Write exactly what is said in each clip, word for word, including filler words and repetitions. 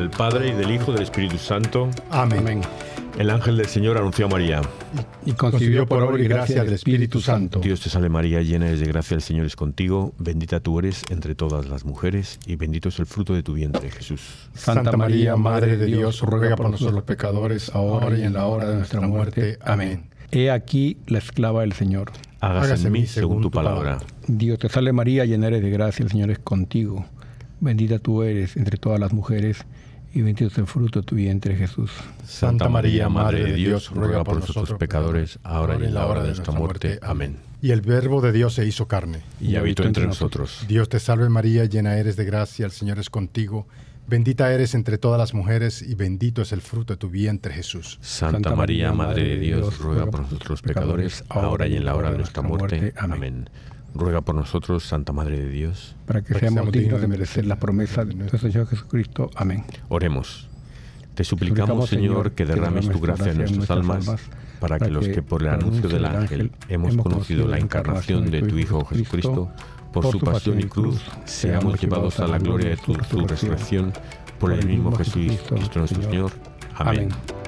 del Padre, y del Hijo, y del Espíritu Santo. Amén. Amén. El ángel del Señor anunció a María. Y concibió por obra y gracia del Espíritu Santo. Dios te salve María, llena eres de gracia, el Señor es contigo. Bendita tú eres entre todas las mujeres, y bendito es el fruto de tu vientre, Jesús. Santa María, Madre de Dios, ruega por nosotros los pecadores, ahora y en la hora de nuestra muerte. Amén. He aquí la esclava del Señor. Hágase en mí según tu palabra. Dios te salve María, llena eres de gracia, el Señor es contigo. Bendita tú eres entre todas las mujeres, y bendito es el fruto de tu vientre, Jesús. Santa María, Madre de Dios, ruega por nosotros pecadores, ahora y en la hora de nuestra muerte. Amén. Y el Verbo de Dios se hizo carne, y habitó entre nosotros. Dios te salve María, llena eres de gracia, el Señor es contigo. Bendita eres entre todas las mujeres, y bendito es el fruto de tu vientre, Jesús. Santa María, Madre de Dios, ruega por nosotros pecadores, ahora y en la hora de nuestra muerte. Amén. Ruega por nosotros, Santa Madre de Dios, para que seamos dignos de merecer la promesa de nuestro Señor Jesucristo. Amén. Oremos. Te suplicamos, Señor, que derrames tu gracia en nuestras almas, para que los que por el anuncio del ángel hemos conocido la encarnación de tu Hijo Jesucristo, por su pasión y cruz, seamos llevados a la gloria de tu, tu resurrección, por el mismo Jesucristo nuestro Señor. Amén.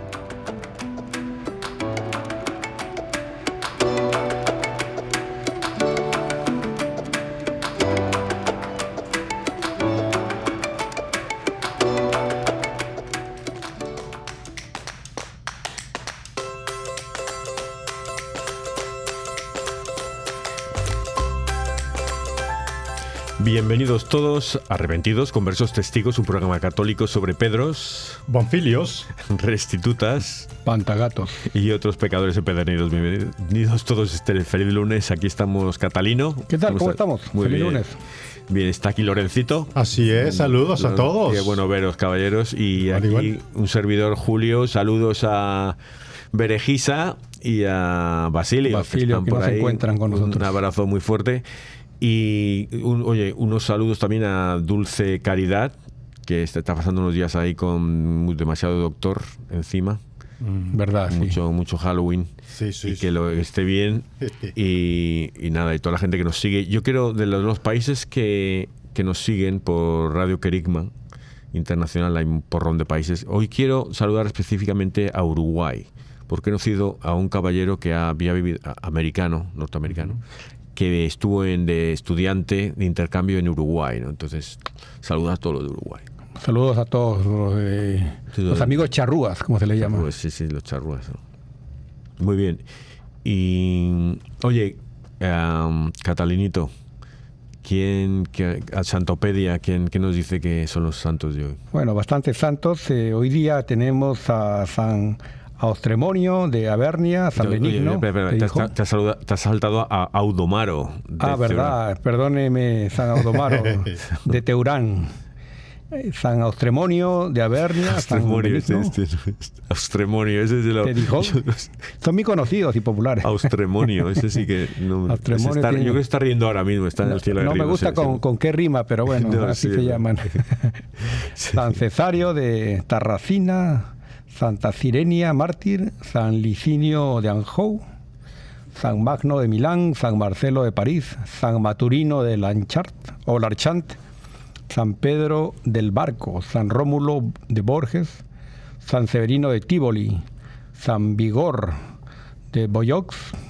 Bienvenidos todos a Arrepentidos, Conversos Testigos, un programa católico sobre Pedros, Bonfilios, restitutas, pantagatos y otros pecadores empedernidos. Bienvenidos todos este feliz lunes. Aquí estamos, Catalino. ¿Qué tal? ¿Cómo, ¿Cómo estamos? Muy feliz bien. lunes. Bien, está aquí Lorencito. Así es, saludos a todos. Qué bueno veros, caballeros. Y Al aquí igual. un servidor, Julio. Saludos a Berejisa y a Basilio, Basilio que están que por no se ahí. encuentran con nosotros. Un abrazo muy fuerte. Y un, oye, unos saludos también a Dulce Caridad, que está, está pasando unos días ahí con muy, demasiado doctor encima. Mm, verdad, mucho, sí. mucho Halloween. Sí, sí, y sí. que lo esté bien. y, y nada, y toda la gente que nos sigue. Yo quiero, de los, los países que, que nos siguen por Radio Querigma Internacional, hay un porrón de países. Hoy quiero saludar específicamente a Uruguay, porque he conocido a un caballero que había vivido, americano, norteamericano, uh-huh. que estuvo en, de estudiante de intercambio en Uruguay, ¿no? Entonces, saludos a todos los de Uruguay. Saludos a todos los, eh, sí, los amigos charrúas, como se les llama. Charrúas, sí, sí, los charrúas, ¿no? Muy bien. Y, oye, um, Catalinito, ¿quién, que, a Santopedia, ¿quién, ¿quién nos dice que son los santos de hoy? Bueno, bastantes santos. Eh, hoy día tenemos a San Austremonio de Avernia, San Oye, Benigno. Oye, espera, espera, te, has, te, has saluda, te has saltado a Audomaro. Ah, verdad, Teurán. Perdóneme, San Audomaro de Teurán. San Austremonio de Avernia, Austremonio, San este, este, Austremonio, ese es de la... ¿Te dijo? Son muy conocidos y populares. Austremonio, ese sí que... No, está, tiene... Yo creo que está riendo ahora mismo, está en el cielo no, de arriba. No me gusta con, se... con qué rima, pero bueno, no, así sí, se llaman. Sí. San Cesario de Tarracina, Santa Cirenia, mártir, San Licinio de Anjou, San Magno de Milán, San Marcelo de París, San Maturino de Lanchart o Larchant, San Pedro del Barco, San Rómulo de Borges, San Severino de Tívoli, San Vigor de Boyox,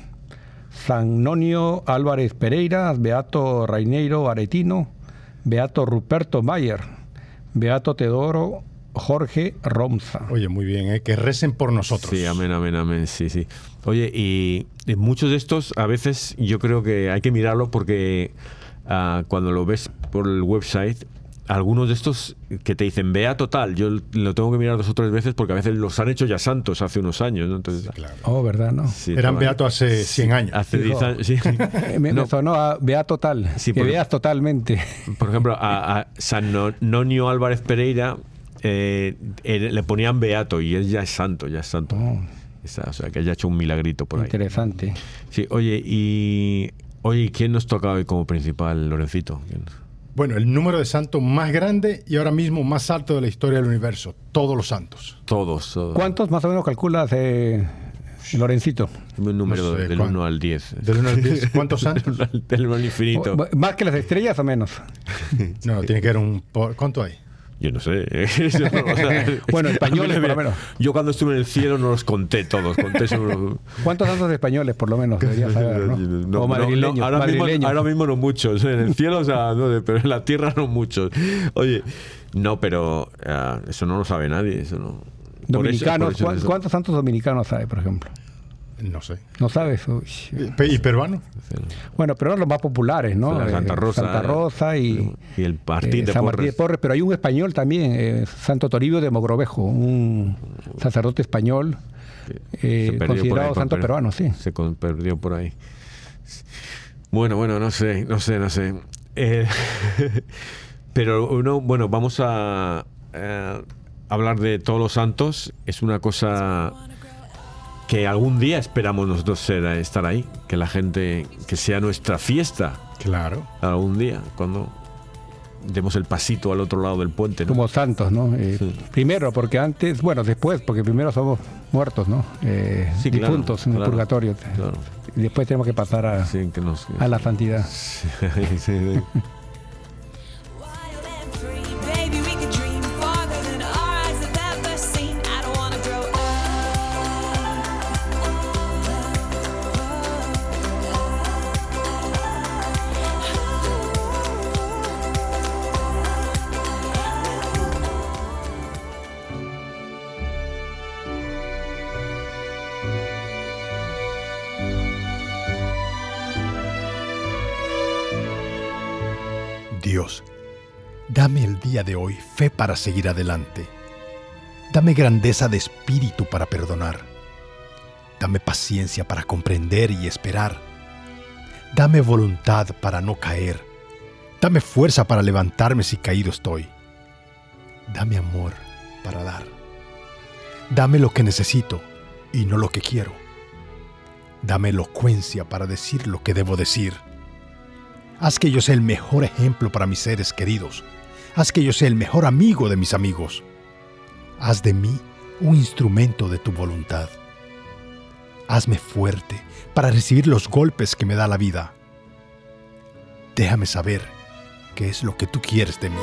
San Nonio Álvarez Pereira, Beato Raineiro Aretino, Beato Ruperto Mayer, Beato Teodoro Jorge Romza. Oye, muy bien, ¿eh? Que recen por nosotros. Sí, amén, amén, amén, sí, sí. Oye, y, y muchos de estos a veces yo creo que hay que mirarlo porque uh, cuando lo ves por el website, algunos de estos que te dicen vea total, yo lo tengo que mirar dos o tres veces porque a veces los han hecho ya santos hace unos años, ¿no? Entonces, sí, claro. Oh, ¿verdad? No. Sí, eran beatos hace cien años. Hace diez años, sí. me, no. me sonó a vea total, sí, que por, veas totalmente. Por ejemplo, a, a San Nonio Álvarez Pereira eh, eh, le ponían beato y él ya es santo, ya es santo. Oh. O sea, que haya hecho un milagrito por ahí. Interesante. Sí, oye, y oye, ¿quién nos toca hoy como principal, Lorencito? ¿Quién? Bueno, el número de santos más grande y ahora mismo más alto de la historia del universo. Todos los santos. Todos. todos. ¿Cuántos más o menos calculas, eh, Lorencito? Un número no sé, del uno al diez. ¿Del uno al diez? ¿Cuántos santos? Del uno al infinito. ¿Más que las estrellas o menos? No, tiene que haber un... ¿Cuánto hay? Yo no sé. Yo no, o sea, bueno, españoles por lo menos. Yo cuando estuve en el cielo no los conté todos. Conté solo... ¿Cuántos santos españoles por lo menos deberías saber, no? no o madrileños. No, ahora, madrileños. Mismo, ahora mismo no muchos. En el cielo, o sea, no, pero en la tierra no muchos. Oye, no, pero uh, eso no lo sabe nadie. Eso no. Dominicanos, por eso, por eso, ¿cuántos santos dominicanos hay, por ejemplo? No sé. ¿No sabes? Uy. ¿Y peruano? Bueno, pero son los más populares, ¿no? Santa Rosa. Santa Rosa y, y el Martín, eh, de, San Porres. Martín de Porres. Pero hay un español también, eh, Santo Toribio de Mogrovejo, un sacerdote español eh, considerado ahí, santo peruano, sí. Se perdió por ahí. Bueno, bueno, no sé, no sé, no sé. Eh, pero uno, bueno, vamos a eh, hablar de todos los santos. Es una cosa que algún día esperamos nosotros ser, estar ahí, que la gente, que sea nuestra fiesta. Claro. Algún día, cuando demos el pasito al otro lado del puente, ¿no? Como santos, ¿no? Eh, sí. Primero, porque antes, bueno, después, porque primero somos muertos, ¿no? Eh, sí, difuntos claro, en el claro, purgatorio. Claro. Y después tenemos que pasar a, sí, que nos, a la santidad. Sí, sí. Dios, dame el día de hoy fe para seguir adelante. Dame grandeza de espíritu para perdonar. Dame paciencia para comprender y esperar. Dame voluntad para no caer. Dame fuerza para levantarme si caído estoy. Dame amor para dar. Dame lo que necesito y no lo que quiero. Dame elocuencia para decir lo que debo decir. Haz que yo sea el mejor ejemplo para mis seres queridos. Haz que yo sea el mejor amigo de mis amigos. Haz de mí un instrumento de tu voluntad. Hazme fuerte para recibir los golpes que me da la vida. Déjame saber qué es lo que tú quieres de mí.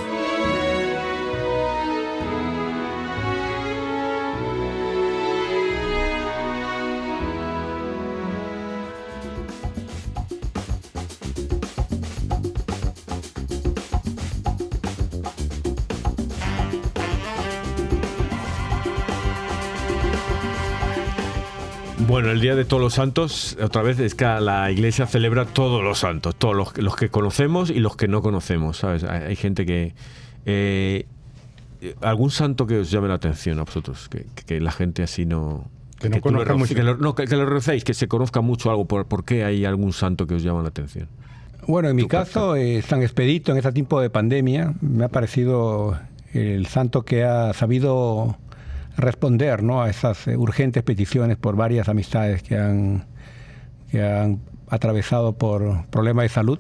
Bueno, el Día de Todos los Santos, otra vez, es que la Iglesia celebra todos los santos, todos los, los que conocemos y los que no conocemos, ¿sabes? Hay, hay gente que... Eh, ¿Algún santo que os llame la atención a vosotros? Que, que la gente así no... Que no que conozca lo, mucho. Que lo, no, que, que lo recéis, que se conozca mucho algo. ¿Por, por qué hay algún santo que os llama la atención? Bueno, en mi ¿Tú, caso, eh, San Expedito, en este tiempo de pandemia, me ha parecido el santo que ha sabido responder, ¿no?, a esas eh, urgentes peticiones por varias amistades que han, que han atravesado por problemas de salud.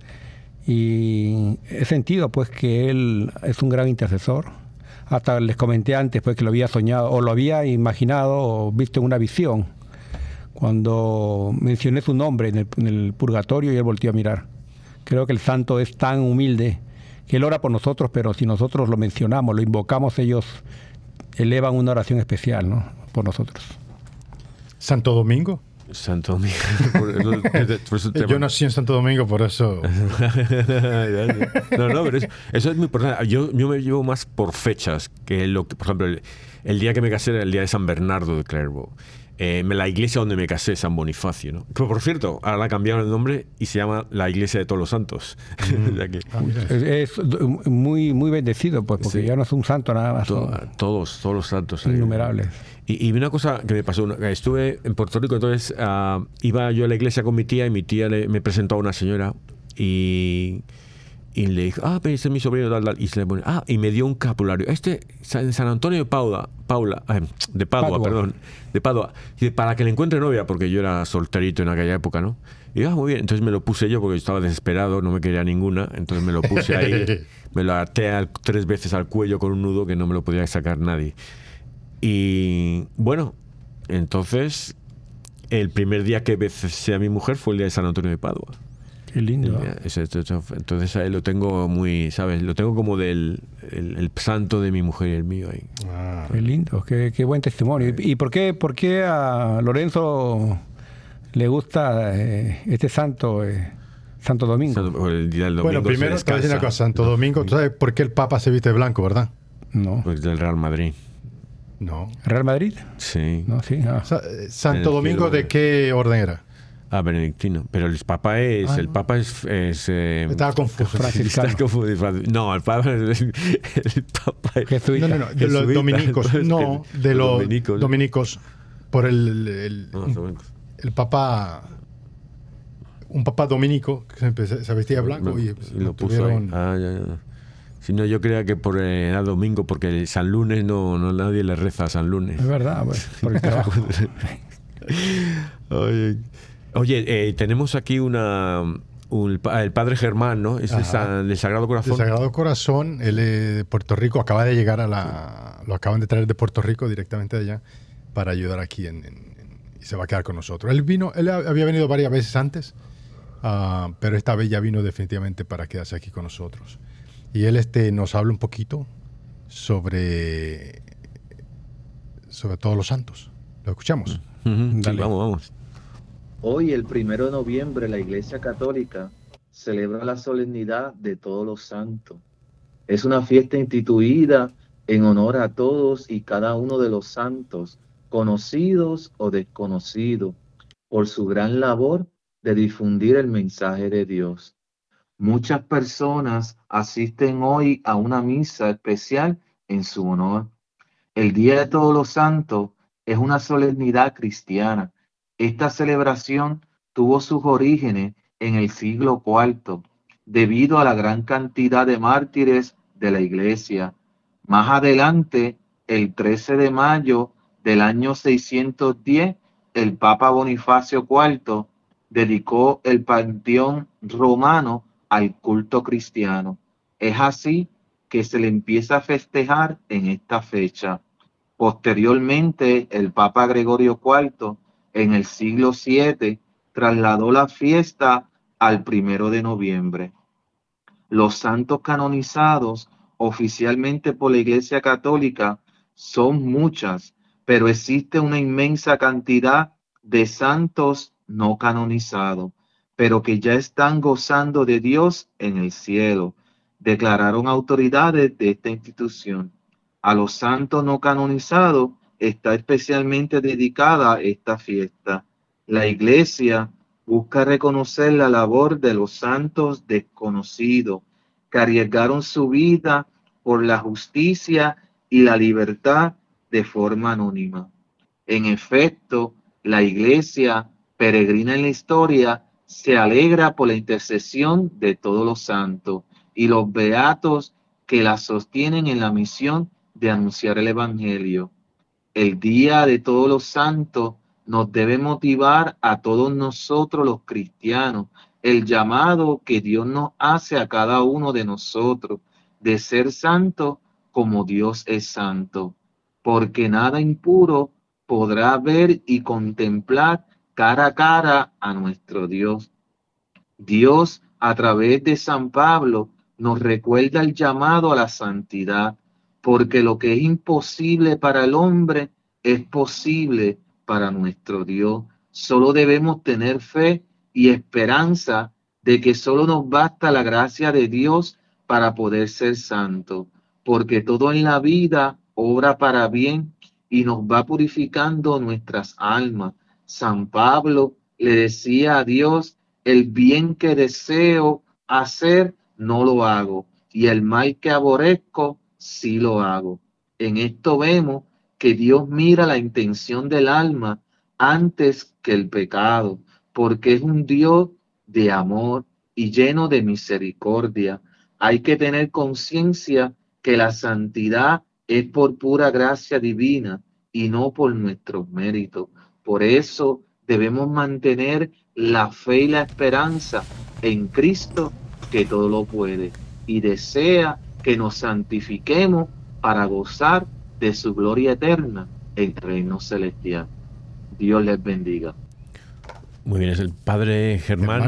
Y he sentido pues que él es un gran intercesor. Hasta les comenté antes pues que lo había soñado o lo había imaginado o visto en una visión cuando mencioné su nombre en el, en el purgatorio y él volteó a mirar. Creo que el santo es tan humilde que él ora por nosotros, pero si nosotros lo mencionamos, lo invocamos, ellos elevan una oración especial, ¿no?, por nosotros. ¿Santo Domingo? Santo Domingo. Por eso, por eso Yo nací en Santo Domingo, por eso... no, no, pero eso, eso es muy importante. Yo, yo me llevo más por fechas, que lo que, por ejemplo, el, el día que me casé era el día de San Bernardo de Clairvaux. Eh, la iglesia donde me casé, San Bonifacio, ¿no? Pero por cierto, ahora la cambiaron el nombre y se llama la Iglesia de Todos los Santos. Mm. que, ah, es, es muy muy bendecido, pues, porque sí, ya no es un santo nada más. To, todos, todos los santos. Innumerables. Y, y una cosa que me pasó, estuve en Puerto Rico, entonces uh, iba yo a la iglesia con mi tía y mi tía le, me presentó a una señora y... Y le dijo, ah, ese es mi sobrino, tal, tal. Y se le pone, ah, y me dio un capulario. Este, San, San Antonio de Paula, Paula eh, de Padua, Padua, perdón, de Padua. Y para que le encuentre novia, porque yo era solterito en aquella época, ¿no? Y ah, muy bien. Entonces me lo puse yo porque estaba desesperado, no me quería ninguna. Entonces me lo puse ahí, me lo até al, tres veces al cuello con un nudo que no me lo podía sacar nadie. Y bueno, entonces, el primer día que besé a mi mujer fue el día de San Antonio de Padua. Qué lindo. Entonces ahí lo tengo muy, ¿sabes? Lo tengo como del el, el santo de mi mujer y el mío ahí. Ah, qué lindo, qué, qué buen testimonio. ¿Y por qué, por qué a Lorenzo le gusta eh, este santo, eh, Santo Domingo? Santo, el día del domingo. Bueno, primero te voy a decir una cosa, Santo Domingo, ¿tú sabes por qué el Papa se viste de blanco, verdad? No. Pues del Real Madrid. No. ¿Real Madrid? Sí. No, sí. Ah. Sa Santo Domingo, ¿de qué orden era? Ah, benedictino. Pero el Papa es... Ah, el Papa es... es eh, Estaba confuso. Franciscano. Confuso. No, el Papa es... El, el Papa es... Jesuita. No, no, no. De los dominicos. No, de los dominicos. dominicos por el... El, no, un, el Papa... Un Papa dominico que se, se vestía blanco no, y, y lo puso tuvieron... Ah, ya, ya. Si no, yo creía que por eh, era domingo, porque el San Lunes no, no nadie le reza a San Lunes. Es verdad, pues, por el trabajo. Oye, oye eh, tenemos aquí una un, el Padre Germán, ¿no? Es el, el Sagrado Corazón. El Sagrado Corazón, él es de Puerto Rico, acaba de llegar a la... Lo acaban de traer de Puerto Rico directamente de allá para ayudar aquí en, en, en, y se va a quedar con nosotros. Él vino, él había venido varias veces antes, uh, pero esta vez ya vino definitivamente para quedarse aquí con nosotros. Y él este, nos habla un poquito sobre, sobre todos los santos. ¿Lo escuchamos? Uh-huh. Dale. Sí, vamos, vamos. Hoy, el primero de noviembre, la Iglesia Católica celebra la solemnidad de todos los santos. Es una fiesta instituida en honor a todos y cada uno de los santos, conocidos o desconocidos, por su gran labor de difundir el mensaje de Dios. Muchas personas asisten hoy a una misa especial en su honor. El Día de Todos los Santos es una solemnidad cristiana. Esta celebración tuvo sus orígenes en el siglo cuarto, debido a la gran cantidad de mártires de la Iglesia. Más adelante, el trece de mayo del año seiscientos diez, el Papa Bonifacio cuarto dedicó el panteón romano al culto cristiano. Es así que se le empieza a festejar en esta fecha. Posteriormente, el Papa Gregorio cuarto, en el siglo siete, trasladó la fiesta al primero de noviembre. Los santos canonizados oficialmente por la Iglesia Católica son muchas, pero existe una inmensa cantidad de santos no canonizados, pero que ya están gozando de Dios en el cielo, declararon autoridades de esta institución. A los santos no canonizados está especialmente dedicada esta fiesta. La Iglesia busca reconocer la labor de los santos desconocidos, que arriesgaron su vida por la justicia y la libertad de forma anónima. En efecto, la Iglesia peregrina en la historia se alegra por la intercesión de todos los santos y los beatos que la sostienen en la misión de anunciar el Evangelio. El Día de Todos los Santos nos debe motivar a todos nosotros los cristianos, el llamado que Dios nos hace a cada uno de nosotros de ser santos como Dios es santo, porque nada impuro podrá ver y contemplar cara a cara a nuestro Dios. Dios, a través de San Pablo, nos recuerda el llamado a la santidad, porque lo que es imposible para el hombre es posible para nuestro Dios. Solo debemos tener fe y esperanza de que solo nos basta la gracia de Dios para poder ser santos, porque todo en la vida obra para bien y nos va purificando nuestras almas. San Pablo le decía a Dios: el bien que deseo hacer no lo hago, y el mal que aborrezco sí lo hago. En esto vemos que Dios mira la intención del alma antes que el pecado, porque es un Dios de amor y lleno de misericordia. Hay que tener conciencia que la santidad es por pura gracia divina y no por nuestros méritos. Por eso debemos mantener la fe y la esperanza en Cristo, que todo lo puede y desea que nos santifiquemos para gozar de su gloria eterna en el reino celestial. Dios les bendiga. Muy bien, es el Padre Germán, Germán.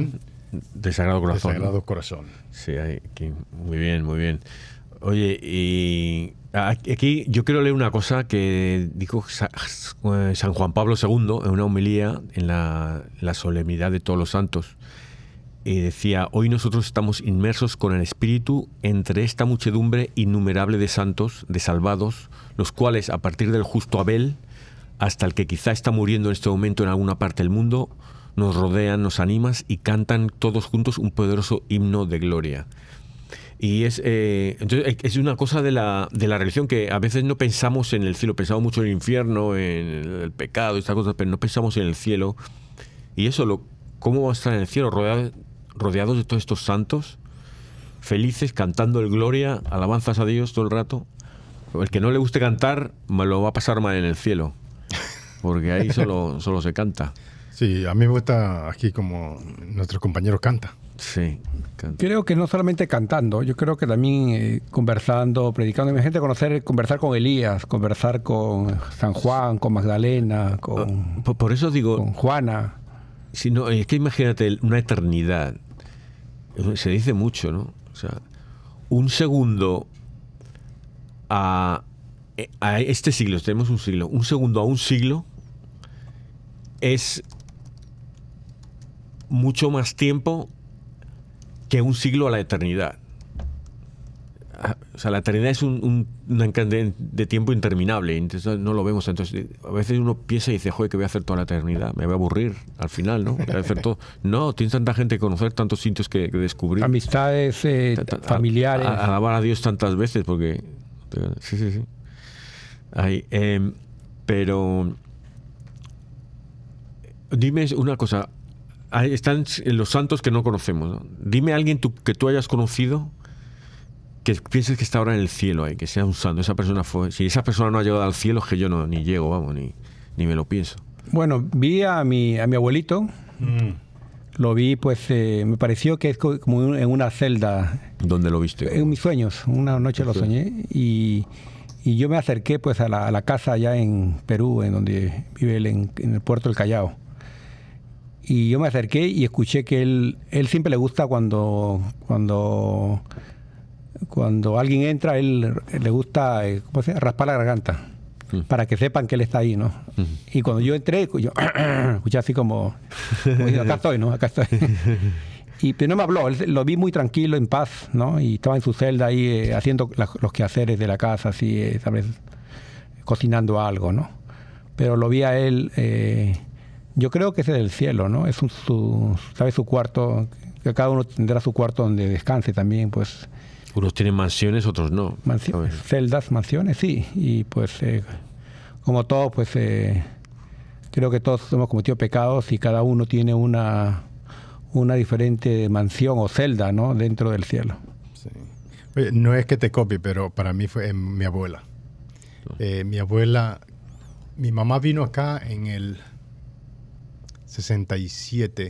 De Sagrado Corazón. De Sagrado ¿no? Corazón. Sí, aquí, muy bien, muy bien. Oye, y aquí yo quiero leer una cosa que dijo San Juan Pablo segundo en una homilía en la, la solemnidad de Todos los Santos. Y decía: hoy nosotros estamos inmersos con el Espíritu entre esta muchedumbre innumerable de santos, de salvados, los cuales, a partir del justo Abel hasta el que quizá está muriendo en este momento en alguna parte del mundo, nos rodean, nos animan y cantan todos juntos un poderoso himno de gloria. Y es, eh, entonces, es una cosa de la, de la religión que a veces no pensamos en el cielo, pensamos mucho en el infierno, en el pecado y estas cosas, pero no pensamos en el cielo. Y eso, lo, ¿cómo va a estar en el cielo? Rodeado, rodeados de todos estos santos, felices, cantando el gloria, alabanzas a Dios todo el rato. El que no le guste cantar, me lo va a pasar mal en el cielo, porque ahí solo, solo se canta. Sí, a mí me gusta aquí como nuestros compañeros cantan. Sí. Canta. Creo que no solamente cantando, yo creo que también eh, conversando, predicando. Imagínate conocer, conversar con Elías, conversar con San Juan, con Magdalena, con, por, por eso digo, con Juana. Si no, es que imagínate una eternidad. Se dice mucho, ¿no? O sea, un segundo a, a este siglo, tenemos un siglo, un segundo a un siglo es mucho más tiempo que un siglo a la eternidad. O sea, la eternidad es un, un, una cantidad de tiempo interminable, entonces no lo vemos. Entonces, a veces uno piensa y dice: joder, ¿qué voy a hacer toda la eternidad? Me voy a aburrir al final, ¿no? Voy a hacer todo. No, tienes tanta gente que conocer, tantos sitios que, que descubrir. Amistades eh, familiares. A, a, alabar a Dios tantas veces, porque... Sí, sí, sí. Ahí, eh, pero... Dime una cosa. Están los santos que no conocemos, ¿no? Dime a alguien tú, que tú hayas conocido que pienses que está ahora en el cielo ahí, que sea un santo. Esa persona fue, si esa persona no ha llegado al cielo, es que yo no ni llego, vamos, ni, ni me lo pienso. Bueno, vi a mi, a mi abuelito, mm. lo vi, pues eh, me pareció que es como en una celda. ¿Dónde lo viste? En mis sueños, una noche lo soñé y, y yo me acerqué pues a la, a la casa allá en Perú, en donde vive él, en, en el puerto del Callao. Y yo me acerqué y escuché que él, él siempre le gusta cuando, cuando, cuando alguien entra, él le gusta ¿cómo se llama? Raspar la garganta, mm. para que sepan que él está ahí, ¿no? Mm. Y cuando yo entré, yo escuché así como, como diciendo, acá estoy, ¿no? Acá estoy. Y pero no me habló, él, lo vi muy tranquilo, en paz, ¿no? Y estaba en su celda ahí eh, haciendo la, los quehaceres de la casa, así, eh, ¿sabes? Cocinando algo, ¿no? Pero lo vi a él... Eh, yo creo que ese es el cielo, ¿no? Es un, su, ¿sabes? Su cuarto, que cada uno tendrá su cuarto donde descanse también, pues. Unos tienen mansiones, otros no. Mansiones, celdas, mansiones, sí. Y pues, eh, como todos, pues, eh, creo que todos hemos cometido pecados y cada uno tiene una, una diferente mansión o celda, ¿no? Dentro del cielo. Sí. Oye, no es que te copie, pero para mí fue eh, mi abuela. Eh, mi abuela, mi mamá vino acá en el sesenta y siete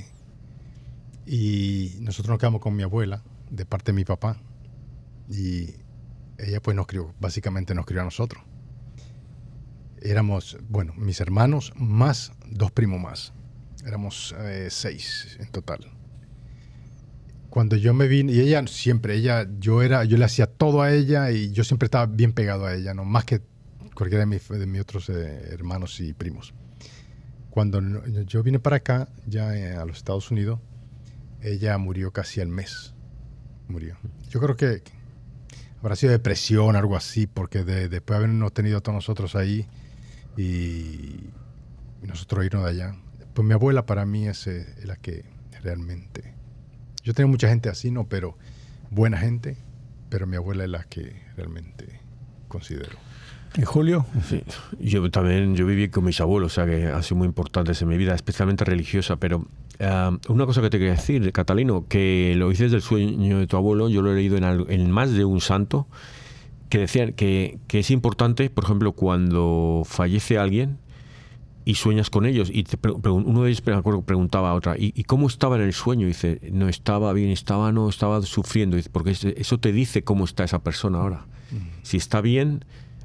y nosotros nos quedamos con mi abuela de parte de mi papá y ella pues nos crió, básicamente nos crió a nosotros. Éramos, bueno, mis hermanos más dos primos más, éramos eh, seis en total. Cuando yo me vine, y ella siempre, ella, yo era, yo le hacía todo a ella y yo siempre estaba bien pegado a ella, no más que cualquiera de mis, de mis otros eh, hermanos y primos. Cuando yo vine para acá, ya a los Estados Unidos, ella murió casi al mes. Murió. Yo creo que habrá sido depresión, algo así, porque de, después de habernos tenido a todos nosotros ahí y, y nosotros irnos de allá. Pues mi abuela para mí es eh, la que realmente... Yo tengo mucha gente así, ¿no? Pero buena gente, pero mi abuela es la que realmente considero. ¿Y Julio? Sí, yo también, yo viví con mis abuelos, o sea que ha sido muy importante en mi vida, especialmente religiosa, pero uh, una cosa que te quería decir, Catalino, que lo dices del sueño de tu abuelo, yo lo he leído en, algo, en más de un santo, que decían que, que es importante, por ejemplo, cuando fallece alguien y sueñas con ellos, y te, uno de ellos me acuerdo, preguntaba a otra, ¿y, ¿y cómo estaba en el sueño? Y dice, no estaba bien, estaba, no, estaba sufriendo, dice, porque eso te dice cómo está esa persona ahora. Mm. Si está bien...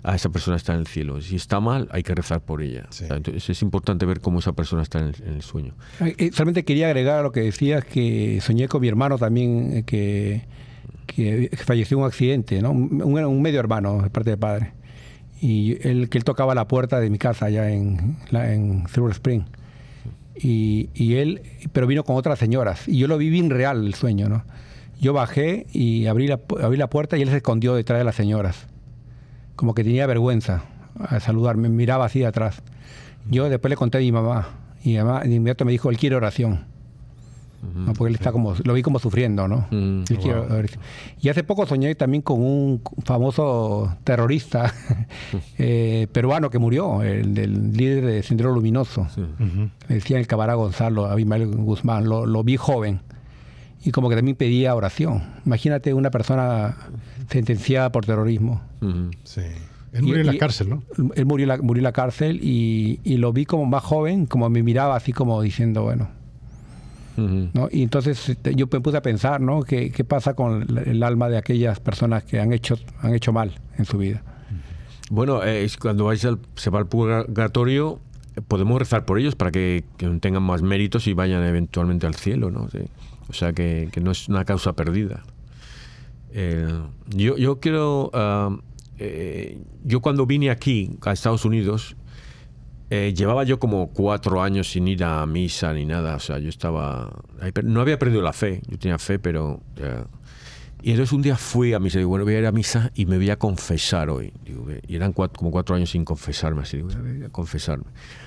a esa persona está en el cielo. Si está mal, hay que rezar por ella. Sí. O sea, entonces es importante ver cómo esa persona está en el, en el sueño. Eh, solamente quería agregar a lo que decías, que soñé con mi hermano también, eh, que, que falleció en un accidente, ¿no? Un, un medio hermano de parte de padre. Y él, que él tocaba la puerta de mi casa allá en, la, en Silver Spring. Y, y él, pero vino con otras señoras. Y yo lo vi bien real el sueño, ¿no? Yo bajé y abrí la, abrí la puerta y él se escondió detrás de las señoras. Como que tenía vergüenza a saludarme, miraba así de atrás. Yo después le conté a mi mamá. Y mi mamá de inmediato me dijo, él quiere oración. Uh-huh. ¿No? Porque él está como, lo vi como sufriendo, ¿no? Uh-huh. Él quiere oración. Y hace poco soñé también con un famoso terrorista eh, peruano que murió, el del líder de Sendero Luminoso. Uh-huh. Le decían el Camará Gonzalo, Abimael Guzmán. Lo, lo vi joven. Y como que también pedía oración. Imagínate una persona sentenciada por terrorismo. Uh-huh. Sí. Él murió y, en la cárcel, ¿no? Él murió en la, murió en la cárcel y, y lo vi como más joven, como me miraba así como diciendo, bueno... Uh-huh. ¿No? Y entonces yo me puse a pensar, ¿no? ¿Qué, qué pasa con el, el alma de aquellas personas que han hecho, han hecho mal en su vida? Bueno, eh, cuando vais al, se va al purgatorio, podemos rezar por ellos para que, que tengan más méritos y vayan eventualmente al cielo, ¿no? Sí. O sea, que, que no es una causa perdida. Eh, yo, yo quiero... Uh, eh, yo cuando vine aquí, a Estados Unidos, eh, llevaba yo como cuatro años sin ir a misa ni nada. O sea, yo estaba... No había perdido la fe. Yo tenía fe, pero... Uh, y entonces un día fui a misa. Digo, bueno, voy a ir a misa y me voy a confesar hoy. Digo, y eran cuatro, como cuatro años sin confesarme. Así, digo, voy a confesarme.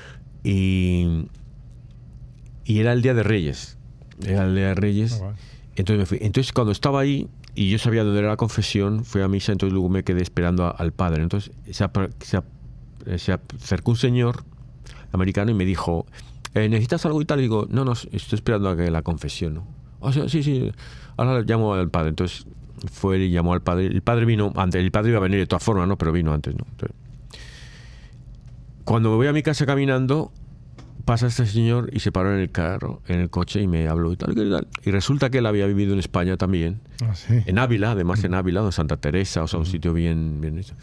Y, y era el Día de Reyes. Era el Día de Reyes. Oh, wow. Entonces me fui. Entonces cuando estaba ahí y yo sabía dónde era la confesión, fui a misa, entonces luego me quedé esperando a, al padre. Entonces se, se, se acercó un señor americano y me dijo, eh, ¿necesitas algo y tal? Y digo, no, no, estoy esperando a que la confesión, ¿no? O sea, sí, sí, ahora le llamo al padre. Entonces fue y llamó al padre. El padre vino antes, el padre iba a venir de todas formas, ¿no? Pero vino antes, ¿no? Entonces, cuando me voy a mi casa caminando, pasa este señor y se paró en el carro, en el coche, y me habló y tal, y tal. Y resulta que él había vivido en España también, ah, ¿sí? En Ávila, además en Ávila, en Santa Teresa, o sea, un sitio bien, bien hecho.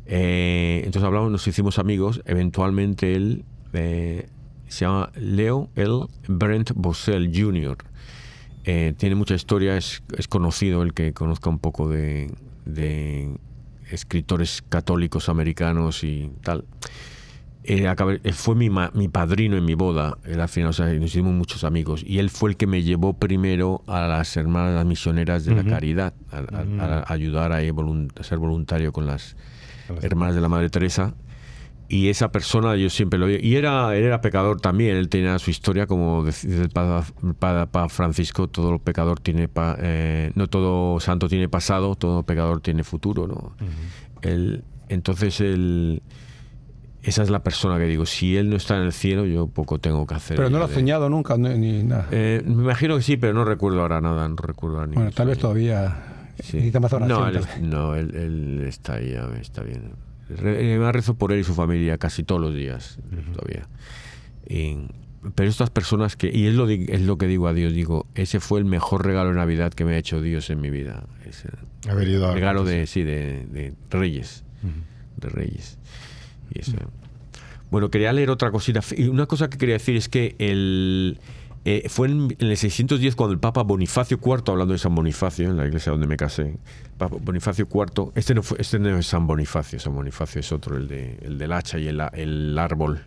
Eh, entonces hablamos, nos hicimos amigos. Eventualmente él eh, se llama Leo L. Brent Bossell junior Eh, tiene mucha historia, es, es conocido, el que conozca un poco de, de escritores católicos americanos y tal. Eh, acabé, eh, fue mi, ma, mi padrino en mi boda, él al final, o sea, nos hicimos muchos amigos, y él fue el que me llevó primero a las hermanas misioneras de uh-huh. la caridad, a, a, uh-huh. a, a ayudar a, a ser voluntario con las hermanas de la Madre Teresa. Y esa persona yo siempre lo vi, y era, él era pecador también, él tenía su historia, como decía el Papa Francisco, todo pecador tiene, pa, eh, no todo santo tiene pasado, todo pecador tiene futuro, ¿no? Uh-huh. Él, entonces él... Esa es la persona que digo, si él no está en el cielo, yo poco tengo que hacer. Pero no lo has soñado nunca, ni, ni nada. Eh, me imagino que sí, pero no recuerdo ahora nada, no recuerdo ahora. Bueno, tal vez todavía sí. necesita más oración. No, él, es, no él, él está ahí, está bien. Re, me rezo por él y su familia casi todos los días, uh-huh. todavía. Y, pero estas personas que, y es lo, es lo que digo a Dios, digo, ese fue el mejor regalo de Navidad que me ha hecho Dios en mi vida. Ese Haber ido a regalo de, sí, de, de Reyes, uh-huh. de Reyes. Y eso. Bueno, quería leer otra cosita. Y una cosa que quería decir es que el, eh, fue en, en el seiscientos diez cuando el Papa Bonifacio cuarto, hablando de San Bonifacio, en la iglesia donde me casé, Papa Bonifacio cuarto, este no, fue, este no es San Bonifacio, San Bonifacio es otro, el, de, el del hacha y el, el árbol.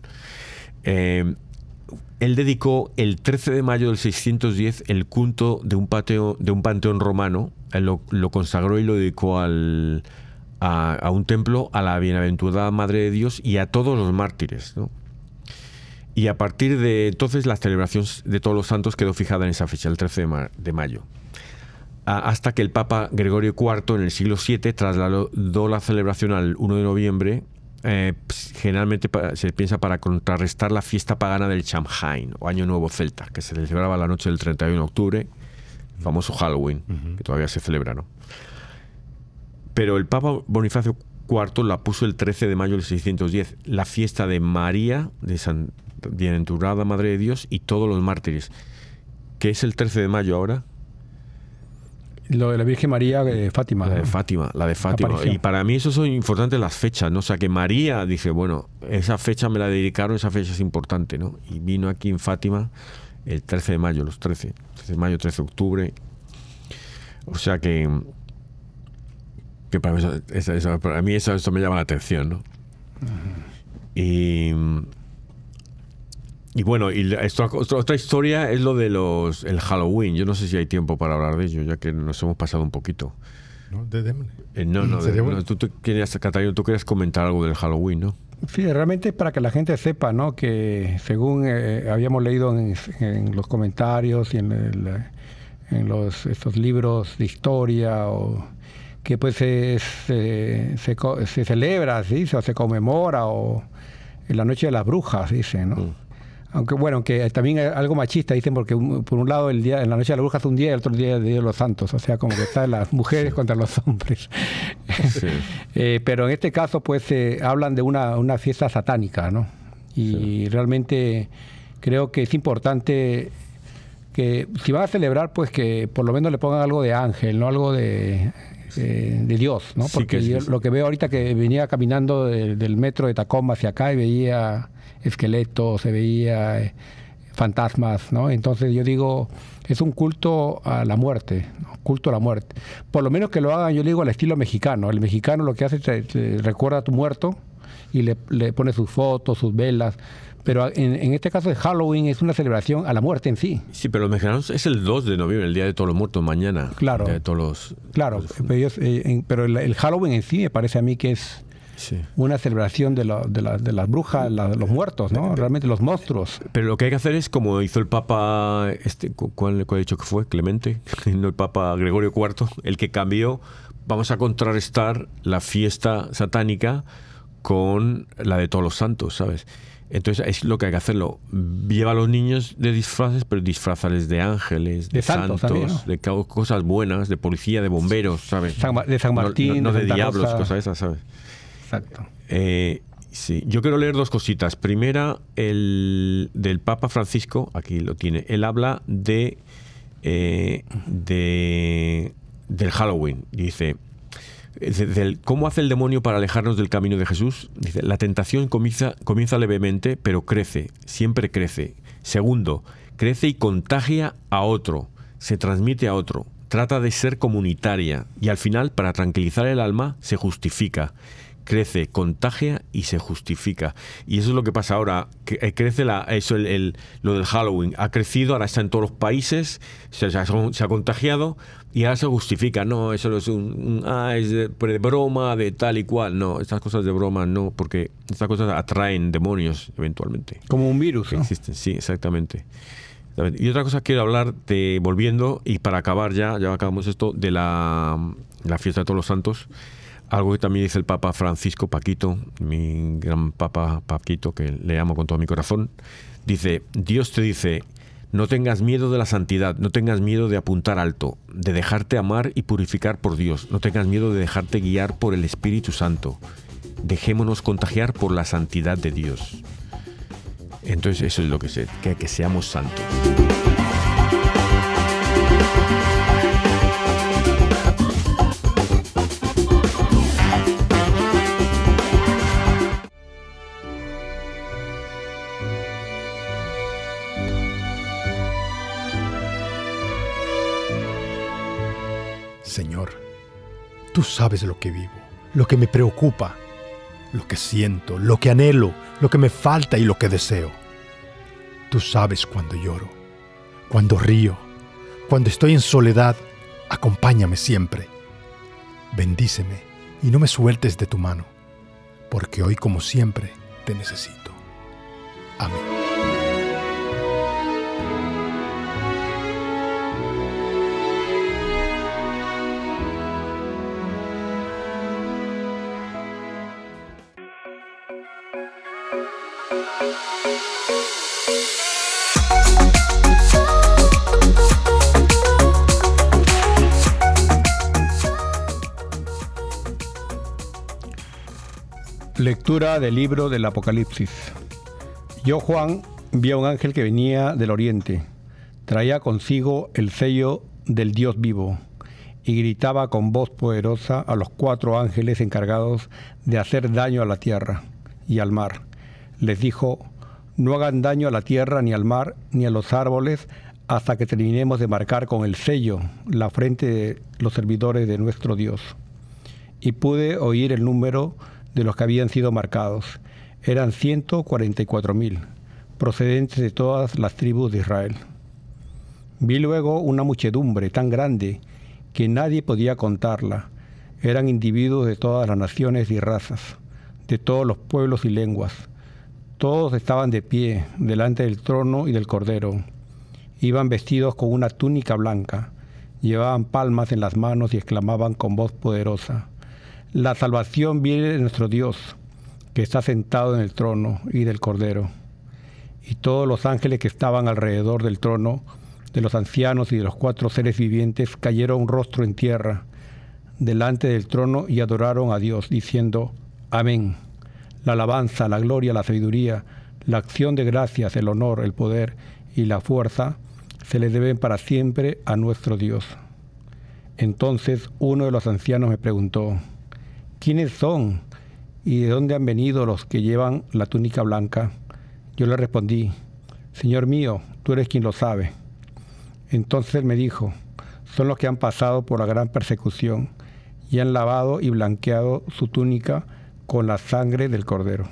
Eh, él dedicó el trece de mayo del seiscientos diez el culto de un, pateo, de un panteón romano, él lo, lo consagró y lo dedicó al... A, a un templo, a la bienaventurada Madre de Dios y a todos los mártires, ¿no? Y a partir de entonces la celebración de todos los santos quedó fijada en esa fecha, el trece de mayo. A, hasta que el Papa Gregorio cuarto en el siglo siete trasladó la celebración al uno de noviembre, eh, generalmente para, se piensa para contrarrestar la fiesta pagana del Samhain, o Año Nuevo Celta, que se celebraba la noche del treinta y uno de octubre, el famoso Halloween, uh-huh. que todavía se celebra, ¿no? Pero el Papa Bonifacio cuarto la puso el trece de mayo del seiscientos diez, la fiesta de María, de San Bienaventurada Madre de Dios y todos los mártires. ¿Qué es el trece de mayo ahora? Lo de la Virgen María de Fátima. La de Fátima, la de Fátima. Aparición. Y para mí eso son importantes las fechas, ¿no? O sea, que María dice, bueno, esa fecha me la dedicaron, esa fecha es importante, ¿no? Y vino aquí en Fátima el trece de mayo, los trece. trece de mayo, trece de octubre. O sea que... que para mí eso, eso, eso, para mí eso, eso me llama la atención, ¿no? Uh-huh. Y... Y bueno, y esto, otra historia es lo de los el Halloween. Yo no sé si hay tiempo para hablar de ello, ya que nos hemos pasado un poquito. No, de, de, eh, no, no, de, bueno? no tú, tú querías, Catalina, tú querías comentar algo del Halloween, ¿no? Sí, realmente es para que la gente sepa, ¿no? Que según eh, habíamos leído en, en los comentarios y en, el, en los estos libros de historia, o que pues se, se, se, se celebra, ¿sí? O se conmemora, o en la noche de las brujas, dice, ¿no? Mm. Aunque bueno, aunque también es algo machista, dicen, porque un, por un lado el día en la noche de la bruja es un día y el otro día es el día de los santos, o sea, como que están las mujeres sí. contra los hombres. Sí. eh, pero en este caso, pues, eh, hablan de una, una fiesta satánica, ¿no? Y sí. realmente creo que es importante que si van a celebrar, pues que por lo menos le pongan algo de ángel, no algo de... Eh, de Dios, ¿no? Porque sí, que yo, lo que veo ahorita, que venía caminando de, del metro de Tacoma hacia acá y veía esqueletos, se veía eh, fantasmas, ¿no? Entonces yo digo, es un culto a la muerte, ¿no? Culto a la muerte. Por lo menos que lo hagan, yo digo, al estilo mexicano. El mexicano lo que hace es te, te recuerda a tu muerto y le, le pone sus fotos, sus velas. Pero en, en este caso de Halloween es una celebración a la muerte en sí. Sí, pero los mexicanos es el dos de noviembre, el Día de Todos los Muertos, mañana. Claro. El día de todos los, claro, los... pero, ellos, eh, en, pero el, el Halloween en sí me parece a mí que es sí. una celebración de, lo, de, la, de las brujas, la, de los muertos, ¿no? Realmente los monstruos. Pero lo que hay que hacer es como hizo el Papa, este, ¿cuál, cuál he dicho que fue? Clemente, no el Papa Gregorio cuarto, el que cambió. Vamos a contrarrestar la fiesta satánica con la de Todos los Santos, ¿sabes? Entonces es lo que hay que hacerlo. Lleva a los niños de disfraces, pero disfrazales de ángeles, de, de santos, santos también, ¿no? De cosas buenas, de policía, de bomberos, ¿sabes? San, de San Martín, no, no, no de, de diablos, Rosa. Cosas esas, ¿sabes? Exacto. Eh, sí, yo quiero leer dos cositas. Primera, el del Papa Francisco, aquí lo tiene. Él habla de, eh, de del Halloween. Dice... Del, ¿cómo hace el demonio para alejarnos del camino de Jesús? Dice, la tentación comienza, comienza levemente, pero crece, siempre crece. Segundo, crece y contagia a otro, se transmite a otro, trata de ser comunitaria y al final, para tranquilizar el alma, se justifica. Crece, contagia y se justifica. Y eso es lo que pasa ahora. Que crece la, eso el, el, lo del Halloween. Ha crecido, ahora está en todos los países, se, se, ha, se ha contagiado y ahora se justifica. No, eso es un, un ah, es de, de broma, de tal y cual. No, estas cosas de broma no, porque estas cosas atraen demonios eventualmente. Como un virus, ¿no? Existen, sí, exactamente. Y otra cosa quiero hablar de, volviendo, y para acabar ya, ya acabamos esto, de la, la fiesta de Todos los Santos. Algo que también dice el Papa Francisco, Paquito, mi gran Papa Paquito, que le amo con todo mi corazón. Dice, Dios te dice, no tengas miedo de la santidad, no tengas miedo de apuntar alto, de dejarte amar y purificar por Dios, no tengas miedo de dejarte guiar por el Espíritu Santo. Dejémonos contagiar por la santidad de Dios. Entonces eso es lo que sé, que, que seamos santos. Señor, tú sabes lo que vivo, lo que me preocupa, lo que siento, lo que anhelo, lo que me falta y lo que deseo. Tú sabes cuando lloro, cuando río, cuando estoy en soledad, acompáñame siempre. Bendíceme y no me sueltes de tu mano, porque hoy, como siempre, te necesito. Amén. Lectura del libro del Apocalipsis. Yo, Juan, vi a un ángel que venía del oriente. Traía consigo el sello del Dios vivo. y gritaba con voz poderosa a los cuatro ángeles encargados de hacer daño a la tierra y al mar. Les dijo: no hagan daño a la tierra, ni al mar, ni a los árboles, hasta que terminemos de marcar con el sello la frente de los servidores de nuestro Dios. Y pude oír el número de los que habían sido marcados. Eran ciento cuarenta y cuatro mil, procedentes de todas las tribus de Israel. Vi luego una muchedumbre tan grande que nadie podía contarla. Eran individuos de todas las naciones y razas, de todos los pueblos y lenguas. Todos estaban de pie delante del trono y del Cordero. Iban vestidos con una túnica blanca, llevaban palmas en las manos y exclamaban con voz poderosa: la salvación viene de nuestro Dios, que está sentado en el trono, y del Cordero. Y todos los ángeles que estaban alrededor del trono, de los ancianos y de los cuatro seres vivientes, cayeron rostro en tierra delante del trono y adoraron a Dios, diciendo: amén. La alabanza, la gloria, la sabiduría, la acción de gracias, el honor, el poder y la fuerza se le deben para siempre a nuestro Dios. Entonces uno de los ancianos me preguntó: ¿quiénes son y de dónde han venido los que llevan la túnica blanca? Yo le respondí: Señor mío, tú eres quien lo sabe. Entonces él me dijo: son los que han pasado por la gran persecución y han lavado y blanqueado su túnica con la sangre del Cordero.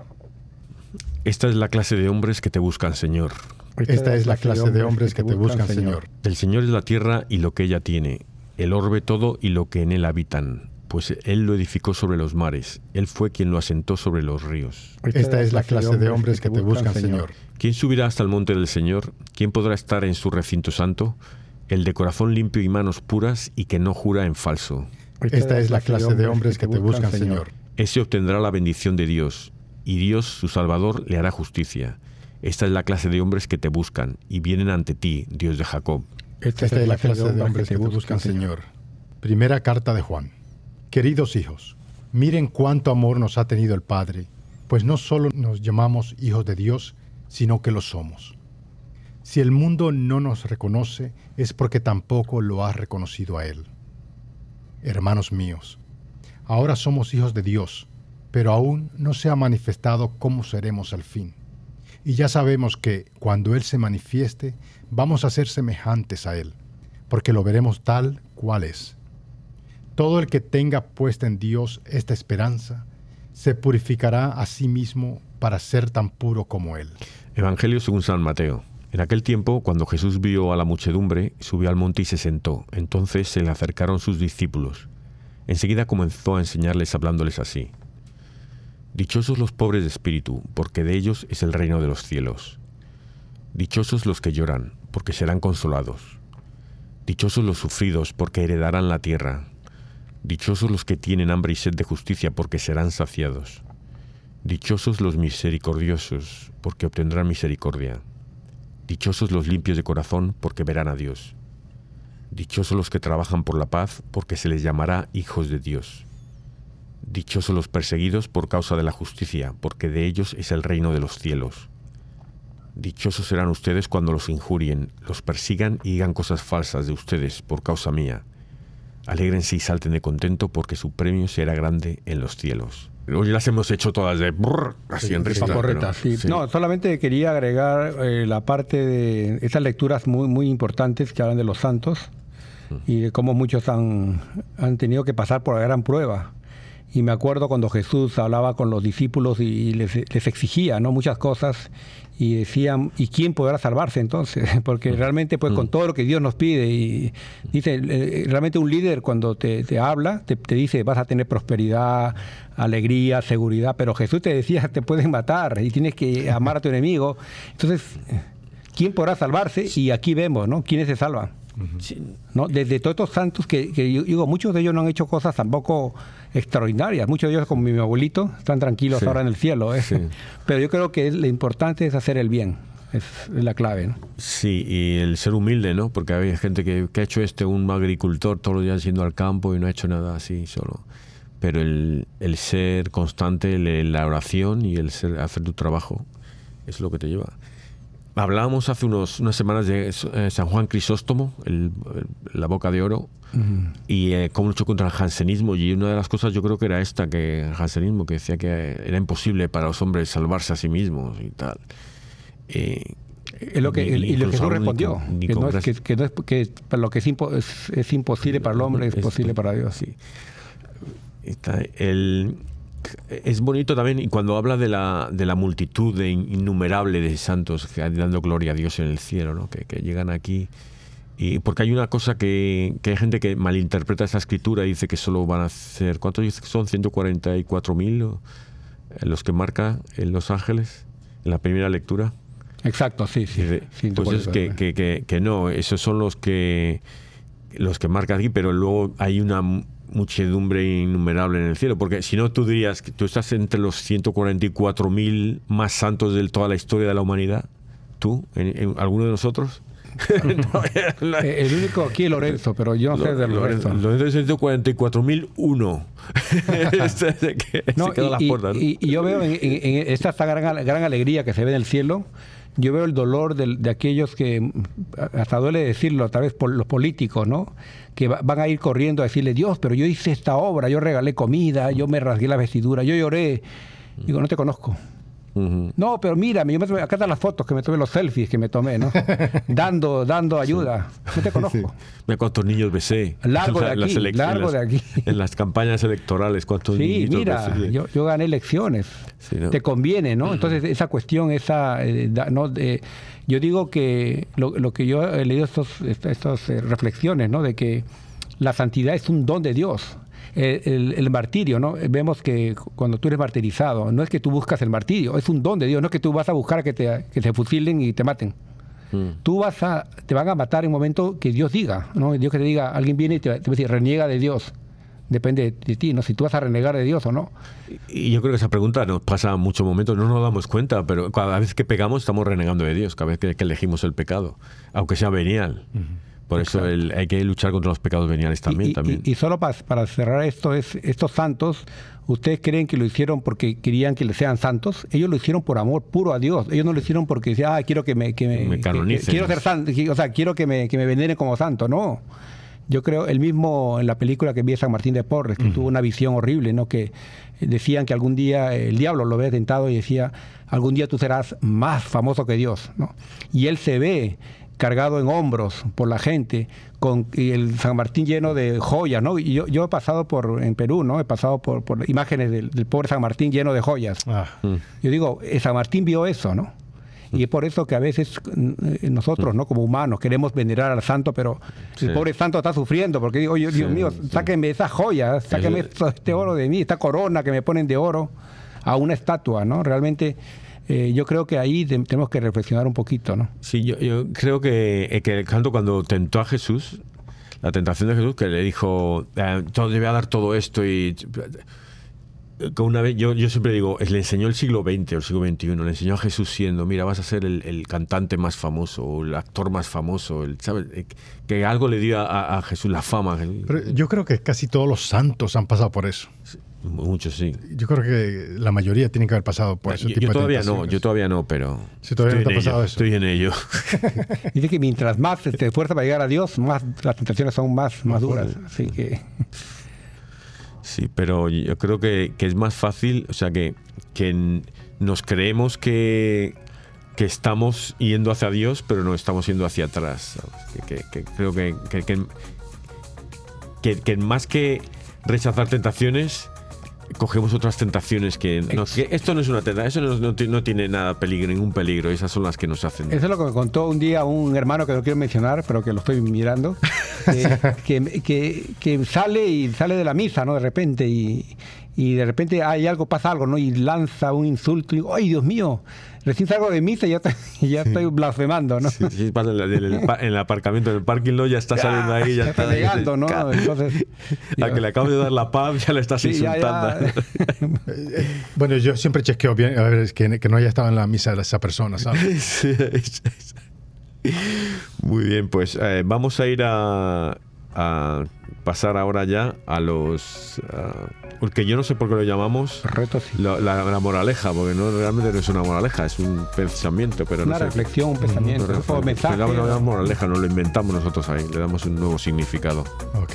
Esta es la clase de hombres que te buscan, Señor. Esta es la clase de hombres que te buscan, Señor. El Señor es la tierra y lo que ella tiene, el orbe todo y lo que en él habitan, pues Él lo edificó sobre los mares, Él fue quien lo asentó sobre los ríos. Esta es la clase de hombres que te buscan, Señor. ¿Quién subirá hasta el monte del Señor? ¿Quién podrá estar en su recinto santo? El de corazón limpio y manos puras y que no jura en falso. Esta es la clase de hombres que te buscan, Señor. Ese obtendrá la bendición de Dios, y Dios, su Salvador, le hará justicia. Esta es la clase de hombres que te buscan y vienen ante ti, Dios de Jacob. Esta es la clase de hombres que te buscan, Señor. Primera carta de Juan. Queridos hijos, miren cuánto amor nos ha tenido el Padre, pues no solo nos llamamos hijos de Dios, sino que lo somos. Si el mundo no nos reconoce, es porque tampoco lo ha reconocido a Él. Hermanos míos, ahora somos hijos de Dios, pero aún no se ha manifestado cómo seremos al fin. Y ya sabemos que, cuando Él se manifieste, vamos a ser semejantes a Él, porque lo veremos tal cual es. Todo el que tenga puesta en Dios esta esperanza, se purificará a sí mismo para ser tan puro como Él. Evangelio según San Mateo. En aquel tiempo, cuando Jesús vio a la muchedumbre, subió al monte y se sentó. Entonces se le acercaron sus discípulos. Enseguida comenzó a enseñarles hablándoles así: dichosos los pobres de espíritu, porque de ellos es el reino de los cielos. Dichosos los que lloran, porque serán consolados. Dichosos los sufridos, porque heredarán la tierra. Dichosos los que tienen hambre y sed de justicia, porque serán saciados. Dichosos los misericordiosos, porque obtendrán misericordia. Dichosos los limpios de corazón, porque verán a Dios. Dichosos los que trabajan por la paz, porque se les llamará hijos de Dios. Dichosos los perseguidos por causa de la justicia, porque de ellos es el reino de los cielos. Dichosos serán ustedes cuando los injurien, los persigan y digan cosas falsas de ustedes por causa mía. Alégrense y salten de contento, porque su premio será grande en los cielos. Hoy las hemos hecho todas de brrr, así sí, en risa. Correctas, sí. Sí. No, solamente quería agregar eh, la parte de esas lecturas muy, muy importantes que hablan de los santos mm. y de cómo muchos han, han tenido que pasar por la gran prueba. Y me acuerdo cuando Jesús hablaba con los discípulos y les, les exigía, ¿no?, muchas cosas, y decían: ¿y quién podrá salvarse entonces? Porque realmente, pues, con todo lo que Dios nos pide, y dice, realmente un líder cuando te, te habla, te, te dice: vas a tener prosperidad, alegría, seguridad, pero Jesús te decía: te pueden matar y tienes que amar a tu enemigo. Entonces, ¿quién podrá salvarse? Y aquí vemos, ¿no?, quiénes se salvan. Sí. ¿No? Desde todos estos santos que, que yo digo, muchos de ellos no han hecho cosas tampoco extraordinarias, muchos de ellos, como mi abuelito, están tranquilos sí. ahora en el cielo, ¿eh? Sí. Pero yo creo que lo importante es hacer el bien, es la clave, ¿no? Sí, y el ser humilde, ¿no? Porque hay gente que, que ha hecho este un agricultor todos los días yendo al campo y no ha hecho nada así solo. Pero el, el ser constante, el, la oración y el ser, hacer tu trabajo es lo que te lleva. hablábamos hace unos, unas semanas de eh, San Juan Crisóstomo, el, el, la boca de oro, uh-huh. y eh, cómo luchó contra el jansenismo. Y una de las cosas yo creo que era esta, que el jansenismo, que decía que era imposible para los hombres salvarse a sí mismos y tal. Eh, Es lo que, y, y lo que Jesús respondió, ni, ni que, no es, que, que, no es, que lo que es, impo, es, es imposible para el hombre es, es posible para Dios. Sí. Está el, es bonito también, y cuando habla de la, de la multitud de innumerable de santos que dando gloria a Dios en el cielo, ¿no? que, que llegan aquí. Y porque hay una cosa que, que hay gente que malinterpreta esta escritura y dice que solo van a ser, ¿cuántos dice que son? ciento cuarenta y cuatro mil los que marca en Los Ángeles en la primera lectura. Exacto, sí, sí. sí pues es que, que, que, que no, esos son los que los que marcan aquí, pero luego hay una muchedumbre innumerable en el cielo, porque si no tú dirías que tú estás entre los ciento cuarenta y cuatro mil más santos de toda la historia de la humanidad. ¿Tú? ¿En, en alguno de nosotros? No, el único aquí es Lorenzo, pero yo no sé de Lorenzo. Lorenzo es ciento cuarenta y cuatro mil uno. No, y, puertas, ¿no? y, y yo veo en, en, en esta, esta gran, gran alegría que se ve en el cielo, yo veo el dolor de, de aquellos que, hasta duele decirlo, tal vez por los políticos, ¿no? Que va, van a ir corriendo a decirle, Dios, pero yo hice esta obra, yo regalé comida, yo me rasgué la vestidura, yo lloré. Digo, no te conozco. Uh-huh. No, pero mírame, yo me tomé, acá están las fotos que me tomé, los selfies que me tomé, ¿no? dando, dando ayuda. No te conozco. Mira cuántos niños besé. Largo de aquí, las largo las, de aquí. En las campañas electorales, cuántos sí, niños mira, besé. Yo, yo gané elecciones. Sí, ¿no? Te conviene, ¿no? Entonces, esa cuestión, esa, eh, da, no, eh, yo digo que lo, lo que yo he leído estos, estas eh, reflexiones, ¿no? De que la santidad es un don de Dios. El, el, el martirio, ¿no? Vemos que cuando tú eres martirizado, no es que tú buscas el martirio, es un don de Dios, no es que tú vas a buscar que te, que te fusilen y te maten. Mm. Tú vas a, te van a matar en un momento que Dios diga, ¿no? Dios que te diga, alguien viene y te, te va a decir, reniega de Dios. Depende de, de ti, ¿no? Si tú vas a renegar de Dios o no. Y yo creo que esa pregunta nos pasa en muchos momentos, no nos damos cuenta, pero cada vez que pegamos estamos renegando de Dios, cada vez que, que elegimos el pecado, aunque sea venial. Uh-huh. Por eso el, hay que luchar contra los pecados veniales también. Y, también. y, y solo para, para cerrar esto, es estos santos, ¿ustedes creen que lo hicieron porque querían que sean santos? Ellos lo hicieron por amor puro a Dios. Ellos no lo hicieron porque decían, ah, quiero que me, que me, me canonicen. Que, quiero ser santo, o sea, quiero que me, que me veneren como santo. No. Yo creo, el mismo en la película que vi de San Martín de Porres, que uh-huh. tuvo una visión horrible, ¿no? Que decían que algún día el diablo lo había tentado y decía, algún día tú serás más famoso que Dios, ¿no? Y él se ve cargado en hombros por la gente, con y el San Martín lleno de joyas, ¿no? Y yo, yo he pasado por, en Perú, ¿no? He pasado por, por imágenes del, del pobre San Martín lleno de joyas. Ah. Yo digo, San Martín vio eso, ¿no? Y es por eso que a veces nosotros, ¿no? Como humanos, queremos venerar al santo, pero sí. el pobre santo está sufriendo, porque digo, Dios sí, mío, sí. sáquenme esas joyas, sáquenme sí. este oro de mí, esta corona que me ponen de oro a una estatua, ¿no? Realmente... Eh, yo creo que ahí te, tenemos que reflexionar un poquito, ¿no? Sí, yo, yo creo que, que el santo cuando tentó a Jesús, la tentación de Jesús, que le dijo, eh, todo, debe dar todo esto y... Que una vez, yo, yo siempre digo, le enseñó el siglo veinte o el siglo veintiuno, le enseñó a Jesús siendo, mira, vas a ser el, el cantante más famoso, o el actor más famoso, el, ¿sabes? Que algo le dio a, a Jesús la fama. Pero yo creo que casi todos los santos han pasado por eso. Sí. Muchos sí. Yo creo que la mayoría tienen que haber pasado por ese yo, tipo yo de todavía no, yo todavía no, pero si todavía no te ha pasado ello, eso. Estoy en ello. Dice que mientras más te esfuerzas para llegar a Dios, más las tentaciones son más, más duras. Así que sí, pero yo creo que, que es más fácil, o sea, que, que nos creemos que que estamos yendo hacia Dios, pero no estamos yendo hacia atrás. Que, que, que creo que que, que que que más que rechazar tentaciones, cogemos otras tentaciones que, no, que esto no es una tentación, eso no, no, no tiene nada peligro, ningún peligro, esas son las que nos hacen. Eso es lo que me contó un día un hermano que no quiero mencionar, pero que lo estoy mirando, que, que, que, que sale y sale de la misa, ¿no? De repente y, y de repente hay algo, pasa algo, ¿no? Y lanza un insulto y digo, ¡ay, Dios mío! Recién salgo de misa y ya, estoy, ya estoy blasfemando, ¿no? Sí, sí, pasa en, el, en el aparcamiento, en el parking lot, ya está ya, saliendo ahí, ya, ya está llegando, ¿no? Entonces, a yo, que le acabo de dar la paz, ya le estás sí, insultando. Ya, ya. Bueno, yo siempre chequeo bien a ver que, que no haya estado en la misa de esa persona, ¿sabes? Sí, sí, sí. Muy bien, pues eh, vamos a ir a a pasar ahora ya a los... Uh, porque yo no sé por qué lo llamamos retos, sí. la, la, la moraleja, porque no realmente no es una moraleja, es un pensamiento, pero una no sé. reflexión, un pensamiento, no, no, o mensaje. Le damos una moraleja, no lo inventamos nosotros ahí, le damos un nuevo significado. Ok.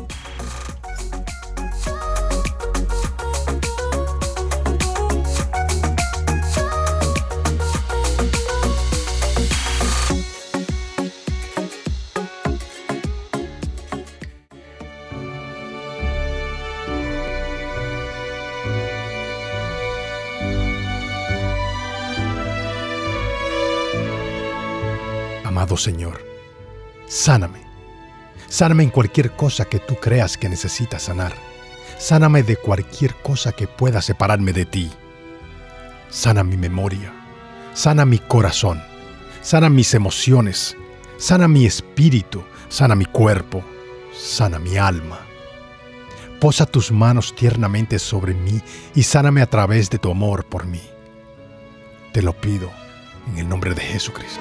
Amado Señor, sáname. Sáname en cualquier cosa que tú creas que necesitas sanar. Sáname de cualquier cosa que pueda separarme de ti. Sana mi memoria. Sana mi corazón. Sana mis emociones. Sana mi espíritu. Sana mi cuerpo. Sana mi alma. Posa tus manos tiernamente sobre mí y sáname a través de tu amor por mí. Te lo pido en el nombre de Jesucristo.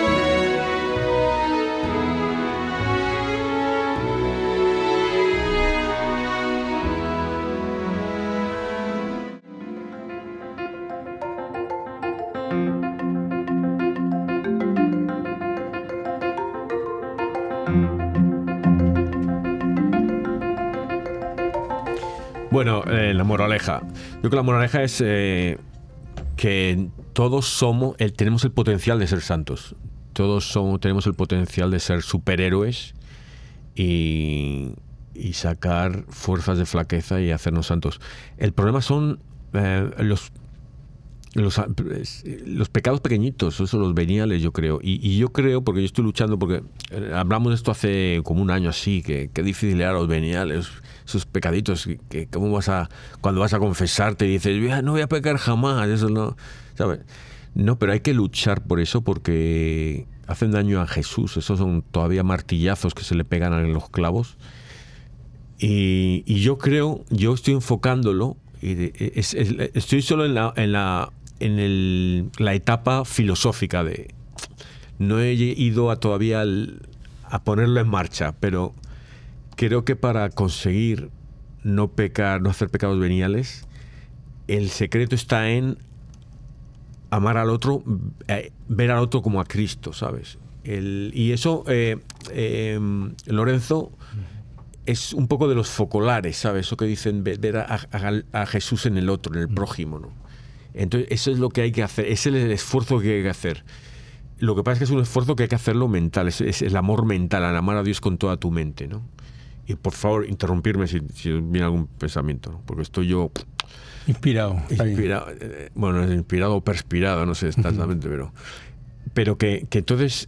Bueno, eh, la moraleja. Yo creo que la moraleja es eh, que todos somos, el, tenemos el potencial de ser santos. Todos somos, tenemos el potencial de ser superhéroes y, y sacar fuerzas de flaqueza y hacernos santos. El problema son eh, los, los, los pecados pequeñitos, esos los veniales, yo creo. Y, y yo creo, porque yo estoy luchando, porque eh, hablamos de esto hace como un año así, que, que difícil era los veniales, esos pecaditos, que, que cómo vas a, cuando vas a confesarte y dices, no voy a pecar jamás, eso no, ¿sabes? No, pero hay que luchar por eso porque hacen daño a Jesús. Esos son todavía martillazos que se le pegan a los clavos. Y, y yo creo, yo estoy enfocándolo, y es, es, estoy solo en la, en la, en el, la etapa filosófica de, no he ido a todavía al, a ponerlo en marcha, pero creo que para conseguir no pecar, no hacer pecados veniales, el secreto está en amar al otro, eh, ver al otro como a Cristo, ¿sabes? El, y eso, eh, eh, Lorenzo, es un poco de los focolares, ¿sabes? Eso que dicen, ver, ver a, a, a Jesús en el otro, en el prójimo, ¿no? Entonces, eso es lo que hay que hacer, ese es el esfuerzo que hay que hacer. Lo que pasa es que es un esfuerzo que hay que hacerlo mental, es, es el amor mental, el amar a Dios con toda tu mente, ¿no? Y por favor, interrumpirme si, si viene algún pensamiento, ¿no? Porque estoy yo... Inspirado. inspirado bueno, inspirado o perspirado, no sé exactamente, uh-huh. pero, pero que, que entonces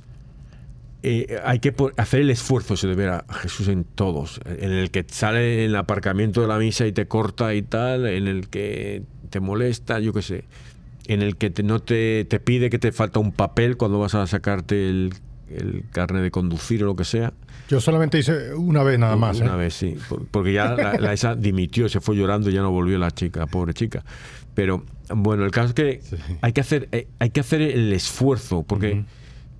eh, hay que por, hacer el esfuerzo de ver a Jesús en todos, en el que sale en el aparcamiento de la misa y te corta y tal, en el que te molesta, yo qué sé, en el que te, no te, te pide que te falta un papel cuando vas a sacarte el, el carnet de conducir o lo que sea. Yo solamente hice una vez nada más. Una ¿eh? vez, sí. Porque ya la, la esa dimitió, se fue llorando y ya no volvió la chica, pobre chica. Pero bueno, el caso es que sí. hay que hacer, hay que hacer el esfuerzo, porque uh-huh.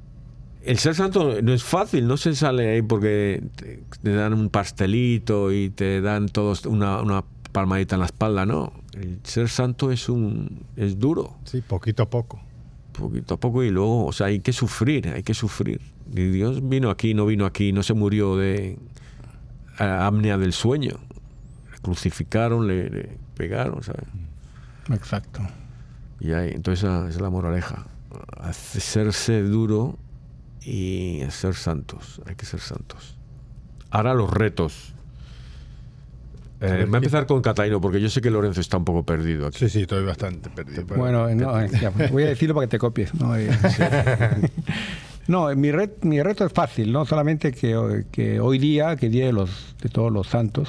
el ser santo no es fácil, no se sale ahí porque te, te dan un pastelito y te dan todos una, una palmadita en la espalda, no. El ser santo es un es duro. Sí, poquito a poco. Poquito a poco y luego, o sea, hay que sufrir, hay que sufrir. Y Dios vino aquí, no vino aquí, no se murió de apnea del sueño. Le crucificaron, le, le pegaron, ¿sabes? Exacto. Y ahí, entonces esa es la moraleja. Hacerse duro y ser santos. Hay que ser santos. Ahora los retos. Eh, voy a empezar con Cataino, porque yo sé que Lorenzo está un poco perdido aquí. Sí, sí, estoy bastante perdido. Bueno, no, ya, voy a decirlo para que te copies. No, eh, sí. no mi, ret, mi reto es fácil, no solamente que, que hoy día, que día de, los, de todos los santos,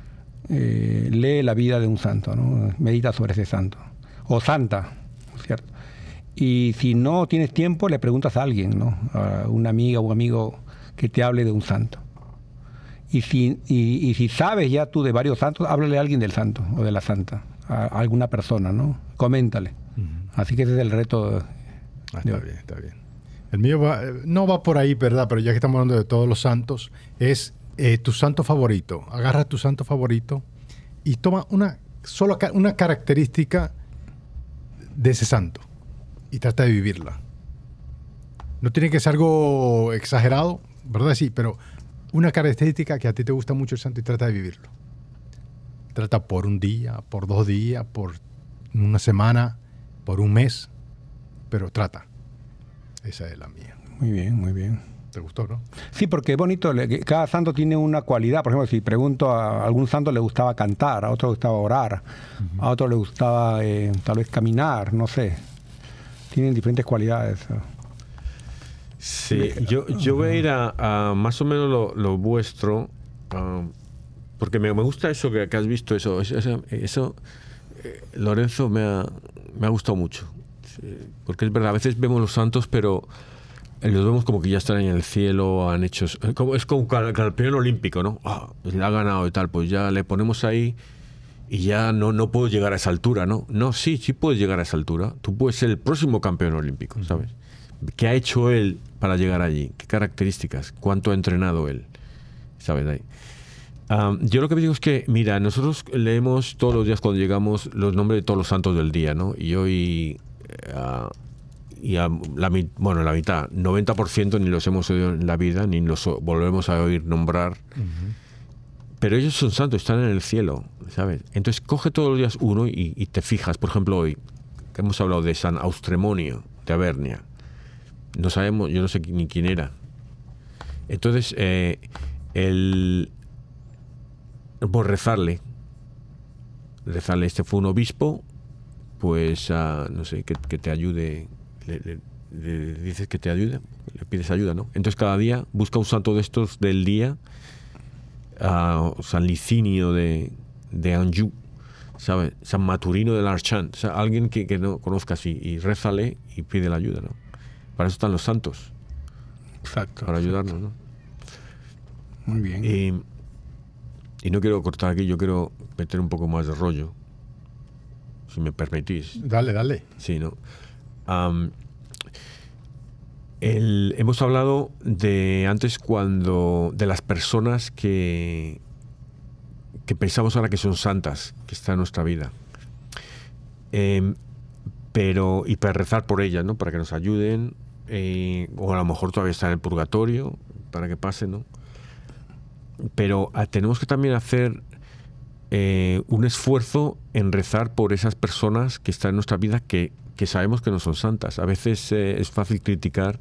eh, lee la vida de un santo, ¿no? Medita sobre ese santo. O santa, ¿cierto? Y si no tienes tiempo, le preguntas a alguien, ¿no? A una amiga o un amigo que te hable de un santo. Y si, y, y si sabes ya tú de varios santos, háblale a alguien del santo o de la santa, a, a alguna persona, ¿no? Coméntale. Uh-huh. Así que ese es el reto. Ah, está bien, está bien. El mío va, no va por ahí, ¿verdad? Pero ya que estamos hablando de todos los santos, es eh, tu santo favorito. Agarra tu santo favorito y toma una, solo una característica de ese santo y trata de vivirla. No tiene que ser algo exagerado, ¿verdad? Sí, pero una característica que a ti te gusta mucho el santo y trata de vivirlo. Trata por un día, por dos días, por una semana, por un mes, pero trata. Esa es la mía. Muy bien, muy bien. ¿Te gustó, no? Sí, porque es bonito. Cada santo tiene una cualidad. Por ejemplo, si pregunto a algún santo le gustaba cantar, a otro le gustaba orar, uh-huh. a otro le gustaba eh, tal vez caminar, no sé. Tienen diferentes cualidades. Sí, yo, yo voy a ir a, a más o menos lo, lo vuestro, uh, porque me, me gusta eso que, que has visto, eso, eso, eso eh, Lorenzo, me ha, me ha gustado mucho. Sí, porque es verdad, a veces vemos los santos, pero los vemos como que ya están en el cielo, han hecho... Como, es como el campeón olímpico, ¿no? Oh, le ha ganado y tal, pues ya le ponemos ahí y ya no, no puedo llegar a esa altura, ¿no? No, sí, sí puedes llegar a esa altura. Tú puedes ser el próximo campeón olímpico, ¿sabes? ¿Qué ha hecho él para llegar allí? ¿Qué características? ¿Cuánto ha entrenado él? ¿Sabes? Ahí. Um, yo lo que digo es que, mira, nosotros leemos todos los días cuando llegamos los nombres de todos los santos del día, ¿no? Y hoy... Uh, y a la, bueno, la mitad, noventa por ciento ni los hemos oído en la vida, ni los volvemos a oír nombrar. Uh-huh. Pero ellos son santos, están en el cielo, ¿sabes? Entonces coge todos los días uno y, y te fijas. Por ejemplo, hoy que hemos hablado de San Austremonio de Avernia. No sabemos, yo no sé ni quién era. Entonces, eh, el por rezarle, rezarle, este fue un obispo, pues, uh, no sé, que, que te ayude. Le, le, le dices que te ayude, le pides ayuda, ¿no? Entonces cada día busca un santo de estos del día, uh, San Licinio de, de Anjou, ¿sabes? San Maturino de Larchant, o sea, alguien que, que no conozcas y, y rézale y pide la ayuda, ¿no? Para eso están los santos. Exacto. Para ayudarnos, ¿no? Muy bien. Y, y no quiero cortar aquí, yo quiero meter un poco más de rollo, si me permitís. Dale, dale. Sí, ¿no? Um, el, hemos hablado de antes cuando de las personas que que pensamos ahora que son santas, que están en nuestra vida, eh, pero y para rezar por ellas, ¿no? Para que nos ayuden, eh, o a lo mejor todavía están en el purgatorio para que pasen, ¿no? Pero a, tenemos que también hacer eh, un esfuerzo en rezar por esas personas que están en nuestra vida que que sabemos que no son santas. A veces eh, es fácil criticar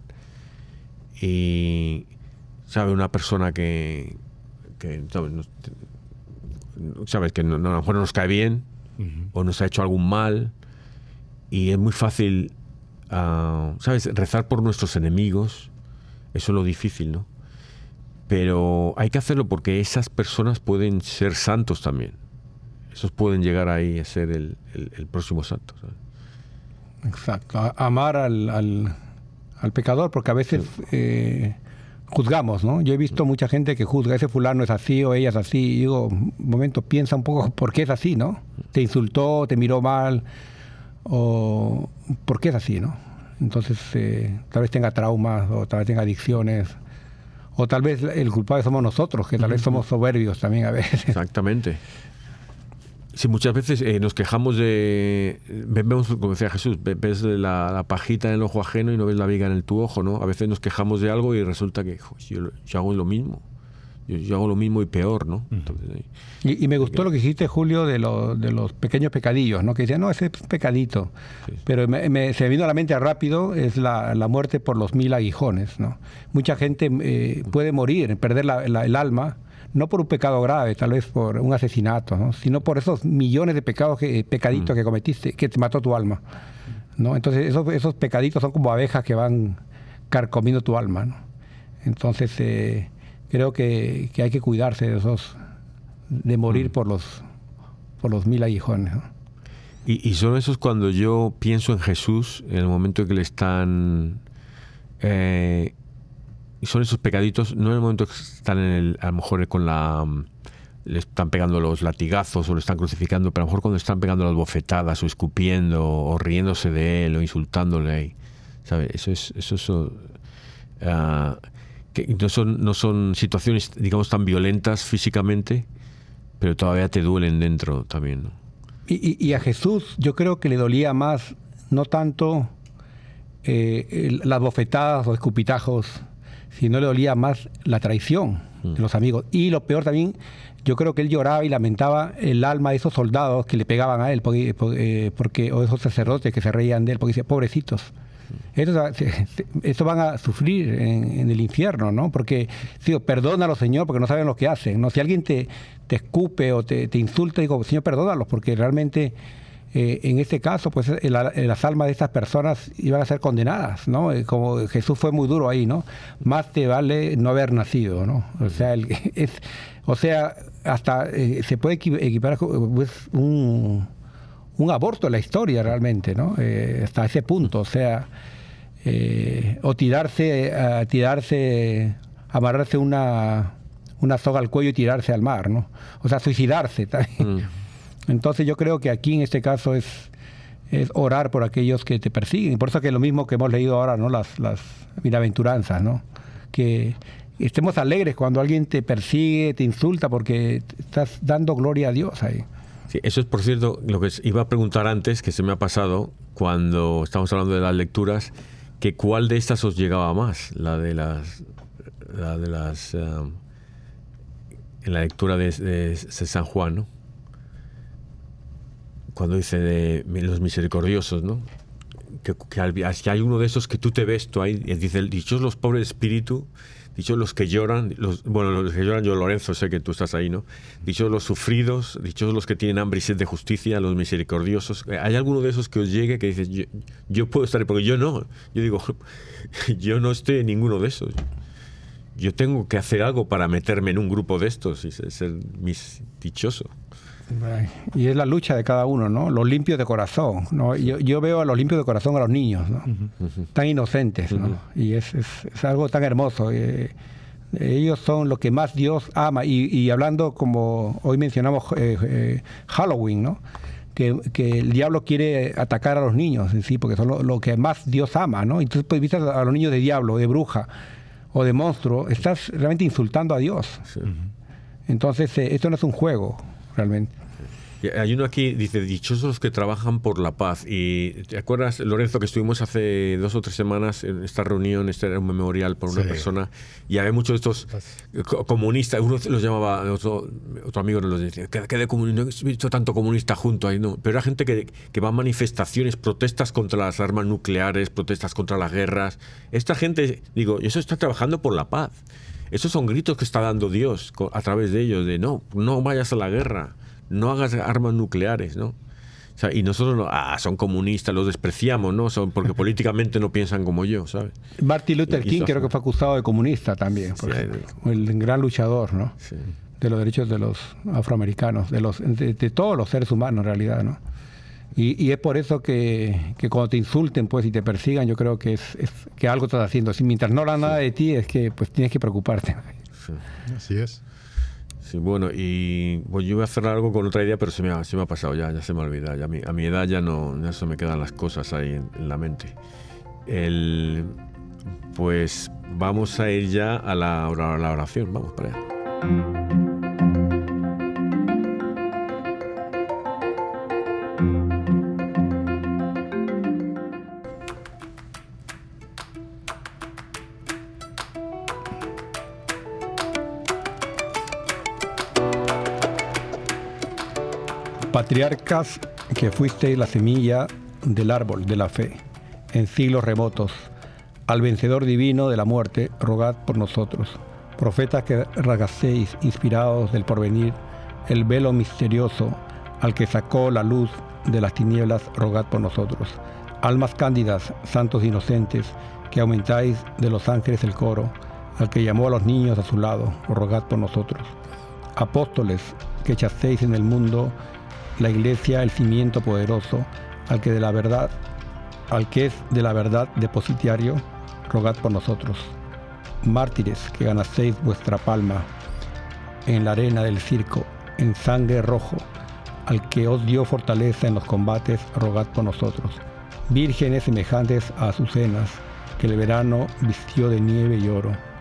y, ¿sabe? Una persona que, que ¿sabes? ¿sabes? Que no, no, a lo mejor no nos cae bien, uh-huh. o nos ha hecho algún mal, y es muy fácil, uh, ¿sabes? Rezar por nuestros enemigos, eso es lo difícil, ¿no? Pero hay que hacerlo porque esas personas pueden ser santos también. Esos pueden llegar ahí a ser el, el, el próximo santo, ¿sabes? Exacto, a, amar al, al, al pecador, porque a veces sí. eh, juzgamos, ¿no? Yo he visto mucha gente que juzga, ese fulano es así o ella es así, y digo, un momento, piensa un poco por qué es así, ¿no? Te insultó, te miró mal, o por qué es así, ¿no? Entonces, eh, tal vez tenga traumas, o tal vez tenga adicciones, o tal vez el culpable somos nosotros, que tal vez somos soberbios también a veces. Exactamente. Sí, muchas veces eh, nos quejamos de... Vemos, como decía Jesús, ves la, la pajita en el ojo ajeno y no ves la viga en el tu ojo, ¿no? A veces nos quejamos de algo y resulta que jo, yo, yo hago lo mismo. Yo, yo hago lo mismo y peor, ¿no? Entonces, ahí, y, y me gustó que... lo que dijiste, Julio, de, lo, de los pequeños pecadillos, ¿no? Que decían, no, ese es pecadito. Sí, sí. Pero me, me, se me vino a la mente rápido, es la, la muerte por los mil aguijones, ¿no? Mucha gente eh, puede morir, perder la, la, el alma, no por un pecado grave, tal vez por un asesinato, ¿no? Sino por esos millones de pecados que, pecaditos mm. que cometiste, que te mató tu alma, ¿no? Entonces esos, esos pecaditos son como abejas que van carcomiendo tu alma, ¿no? Entonces eh, creo que, que hay que cuidarse de esos, de morir mm. por los por los mil aguijones, ¿no? Y, y son esos cuando yo pienso en Jesús, en el momento en que le están... Eh, Y son esos pecaditos, no en el momento que están en el, a lo mejor con la, le están pegando los latigazos o lo están crucificando, pero a lo mejor cuando están pegando las bofetadas o escupiendo o riéndose de él o insultándole, ¿sabes? Eso es eso, eso uh, que no son, no son situaciones, digamos, tan violentas físicamente, pero todavía te duelen dentro también, ¿no? Y, y, y a Jesús yo creo que le dolía más, no tanto eh, las bofetadas o escupitajos, sino le dolía más la traición mm. de los amigos. Y lo peor también, yo creo que él lloraba y lamentaba el alma de esos soldados que le pegaban a él, porque, porque, porque o esos sacerdotes que se reían de él, porque decía, pobrecitos. Estos, estos van a sufrir en, en el infierno, ¿no? Porque, digo, perdónalo, Señor, porque no saben lo que hacen, ¿no? Si alguien te, te escupe o te, te insulta, digo, Señor, perdónalos, porque realmente eh, en este caso, pues el, el, las almas de estas personas iban a ser condenadas, ¿no? Como Jesús fue muy duro ahí, ¿no? Más te vale no haber nacido, ¿no? O sea, el, es, o sea hasta eh, se puede equiparar pues, un... un aborto en la historia realmente, ¿no? Eh, hasta ese punto, o sea, eh, o tirarse, uh, tirarse, amarrarse una, una soga al cuello y tirarse al mar, ¿no? O sea, suicidarse también. Mm. Entonces yo creo que aquí en este caso es, es orar por aquellos que te persiguen, y por eso que es lo mismo que hemos leído ahora, ¿no? Las, las bienaventuranzas, ¿no? Que estemos alegres cuando alguien te persigue, te insulta, porque estás dando gloria a Dios ahí. Sí, eso es, por cierto, lo que iba a preguntar antes, que se me ha pasado cuando estamos hablando de las lecturas, que cuál de estas os llegaba más, la de las, la de las, um, en la lectura de, de, de San Juan, ¿no? Cuando dice de los misericordiosos, ¿no? Que, que, que hay uno de esos que tú te ves, tú ahí, y dice, dichos los pobres de espíritu, dichos los que lloran, los, bueno, los que lloran, yo Lorenzo, sé que tú estás ahí, ¿no? Dichos los sufridos, dichos los que tienen hambre y sed de justicia, los misericordiosos. ¿Hay alguno de esos que os llegue que dices, yo, yo puedo estar ahí? Porque yo no. Yo digo, yo no estoy en ninguno de esos. Yo tengo que hacer algo para meterme en un grupo de estos y ser mis dichoso. Y es la lucha de cada uno, ¿no? Los limpios de corazón, ¿no? Yo, yo veo a los limpios de corazón a los niños, ¿no? Uh-huh. Tan inocentes, ¿no? Uh-huh. Y es, es, es algo tan hermoso. Eh, ellos son lo que más Dios ama. Y, y hablando, como hoy mencionamos, eh, eh, Halloween, ¿no? Que, que el diablo quiere atacar a los niños en sí, porque son lo, lo que más Dios ama, ¿no? Entonces, pues, vistas a los niños de diablo, de bruja o de monstruo, estás realmente insultando a Dios. Sí. Entonces, eh, esto no es un juego, realmente. Hay uno aquí, dice, dichosos los que trabajan por la paz. Y ¿te acuerdas, Lorenzo, que estuvimos hace dos o tres semanas en esta reunión? Este era un memorial por una sí. persona, y había muchos de estos comunistas. Uno los llamaba, otro, otro amigo nos los decía, que, que de comunista, no he visto tanto comunista junto ahí, no. Pero era gente que, que va a manifestaciones, protestas contra las armas nucleares, protestas contra las guerras. Esta gente, digo, eso está trabajando por la paz. Esos son gritos que está dando Dios a través de ellos, de no, no vayas a la guerra, no hagas armas nucleares, ¿no? O sea, y nosotros, no, ah, son comunistas, los despreciamos, ¿no? Son porque políticamente no piensan como yo, ¿sabes? Martin Luther King creo que fue acusado de comunista también, sí, el gran luchador, ¿no? Sí. De los derechos de los afroamericanos, de los de, de todos los seres humanos en realidad, ¿no? Y, y es por eso que, que cuando te insulten, pues, y te persigan, yo creo que es, es que algo estás haciendo. Si mientras no hablan nada de ti, es que pues tienes que preocuparte. Sí. Así es. Sí, bueno, y pues yo voy a hacer algo con otra idea, pero se me ha, se me ha pasado ya, ya se me ha olvidado. Ya a, mi, a mi edad ya no, ya se me quedan las cosas ahí en, en la mente. El, pues vamos a ir ya a la, a la oración, vamos para allá. Patriarcas que fuisteis la semilla del árbol de la fe, en siglos remotos, al vencedor divino de la muerte, rogad por nosotros. Profetas que rasgasteis, inspirados del porvenir, el velo misterioso, al que sacó la luz de las tinieblas, rogad por nosotros. Almas cándidas, santos inocentes, que aumentáis de los ángeles el coro, al que llamó a los niños a su lado, rogad por nosotros. Apóstoles que echasteis en el mundo la iglesia, el cimiento poderoso, al que de la verdad, al que es de la verdad depositario, rogad por nosotros. Mártires que ganasteis vuestra palma en la arena del circo, en sangre rojo, al que os dio fortaleza en los combates, rogad por nosotros. Vírgenes semejantes a azucenas, que el verano vistió de nieve y oro,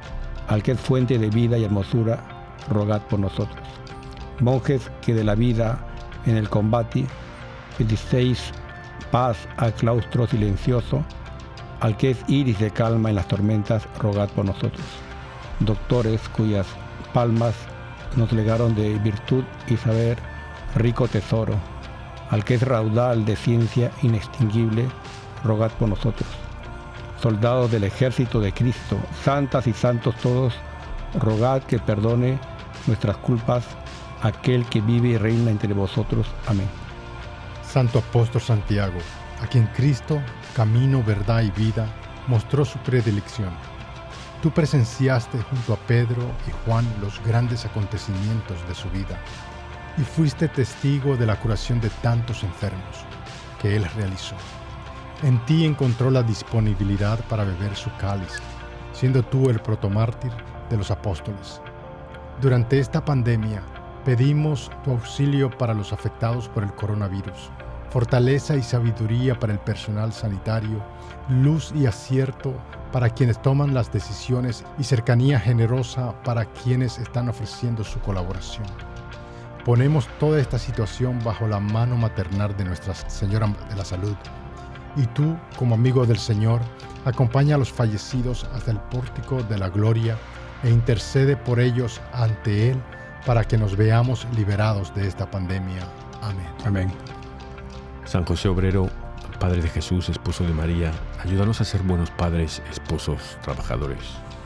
al que es fuente de vida y hermosura, rogad por nosotros. Monjes que de la vida en el combate pedisteis paz al claustro silencioso, al que es iris de calma en las tormentas, rogad por nosotros. Doctores cuyas palmas nos legaron de virtud y saber rico tesoro, al que es raudal de ciencia inextinguible, rogad por nosotros. Soldados del ejército de Cristo, santas y santos todos, rogad que perdone nuestras culpas aquel que vive y reina entre vosotros. Amén. Santo Apóstol Santiago, a quien Cristo, camino, verdad y vida, mostró su predilección. Tú presenciaste junto a Pedro y Juan los grandes acontecimientos de su vida y fuiste testigo de la curación de tantos enfermos que él realizó. En ti encontró la disponibilidad para beber su cáliz, siendo tú el protomártir de los apóstoles. Durante esta pandemia, pedimos tu auxilio para los afectados por el coronavirus, fortaleza y sabiduría para el personal sanitario, luz y acierto para quienes toman las decisiones y cercanía generosa para quienes están ofreciendo su colaboración. Ponemos toda esta situación bajo la mano maternal de Nuestra Señora de la Salud. Y tú, como amigo del Señor, acompaña a los fallecidos hasta el pórtico de la gloria e intercede por ellos ante Él para que nos veamos liberados de esta pandemia. Amén. Amén. San José Obrero, Padre de Jesús, esposo de María, ayúdanos a ser buenos padres, esposos, trabajadores.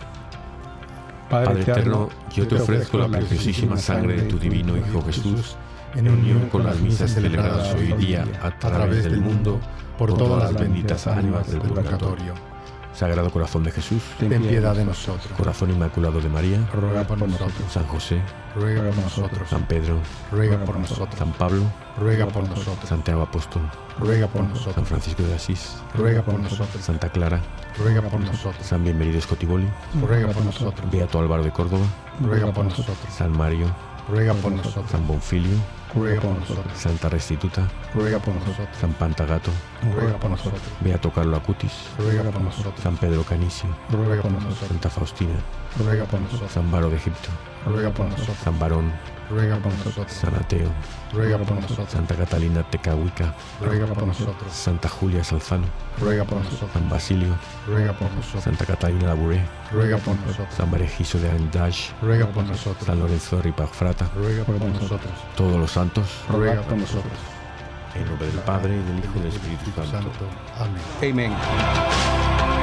Padre, Padre eterno, yo te ofrezco la preciosísima sangre de tu divino Hijo Jesús, en unión con las misas celebradas hoy día a través del mundo, por todas las benditas ánimas del purgatorio. Sagrado Corazón de Jesús, ten piedad de nosotros. Corazón Inmaculado de María, Ruega por nosotros. San José, Ruega por nosotros. San Pedro, Ruega por nosotros. San Pablo, Ruega por nosotros. Santiago Apóstol, Ruega por San nosotros. Francisco de Asís, Ruega por nosotros. Santa Clara, Ruega por nosotros. San Bienvenido Scotiboli, Ruega por nosotros. Beato Álvaro de Córdoba, Ruega por nosotros. San Mario, Ruega por nosotros. San Bonfilio, Ruega por nosotros. Santa Restituta, Ruega por nosotros. San Pantagato, Ruega por nosotros. Beato Carlo Acutis, Ruega por nosotros. San Pedro Canicio, Ruega por nosotros. Santa Faustina, Ruega por nosotros. San Baro de Egipto, Ruega por nosotros. San Barón, Ruega por nosotros. San Ateo, Ruega por nosotros. Santa Catalina Tecahuica, Ruega por nosotros. Santa Julia Salzano, Ruega por nosotros. San Basilio, Ruega por nosotros. Santa Catalina Labouré, Ruega por nosotros. San Baregiso de Andash, Ruega por nosotros. San Lorenzo de Ripafrata, Ruega por nosotros. todos los santos, Ruega por nosotros. en nombre del Padre, y del Hijo y del Espíritu Santo. Amén. Amén.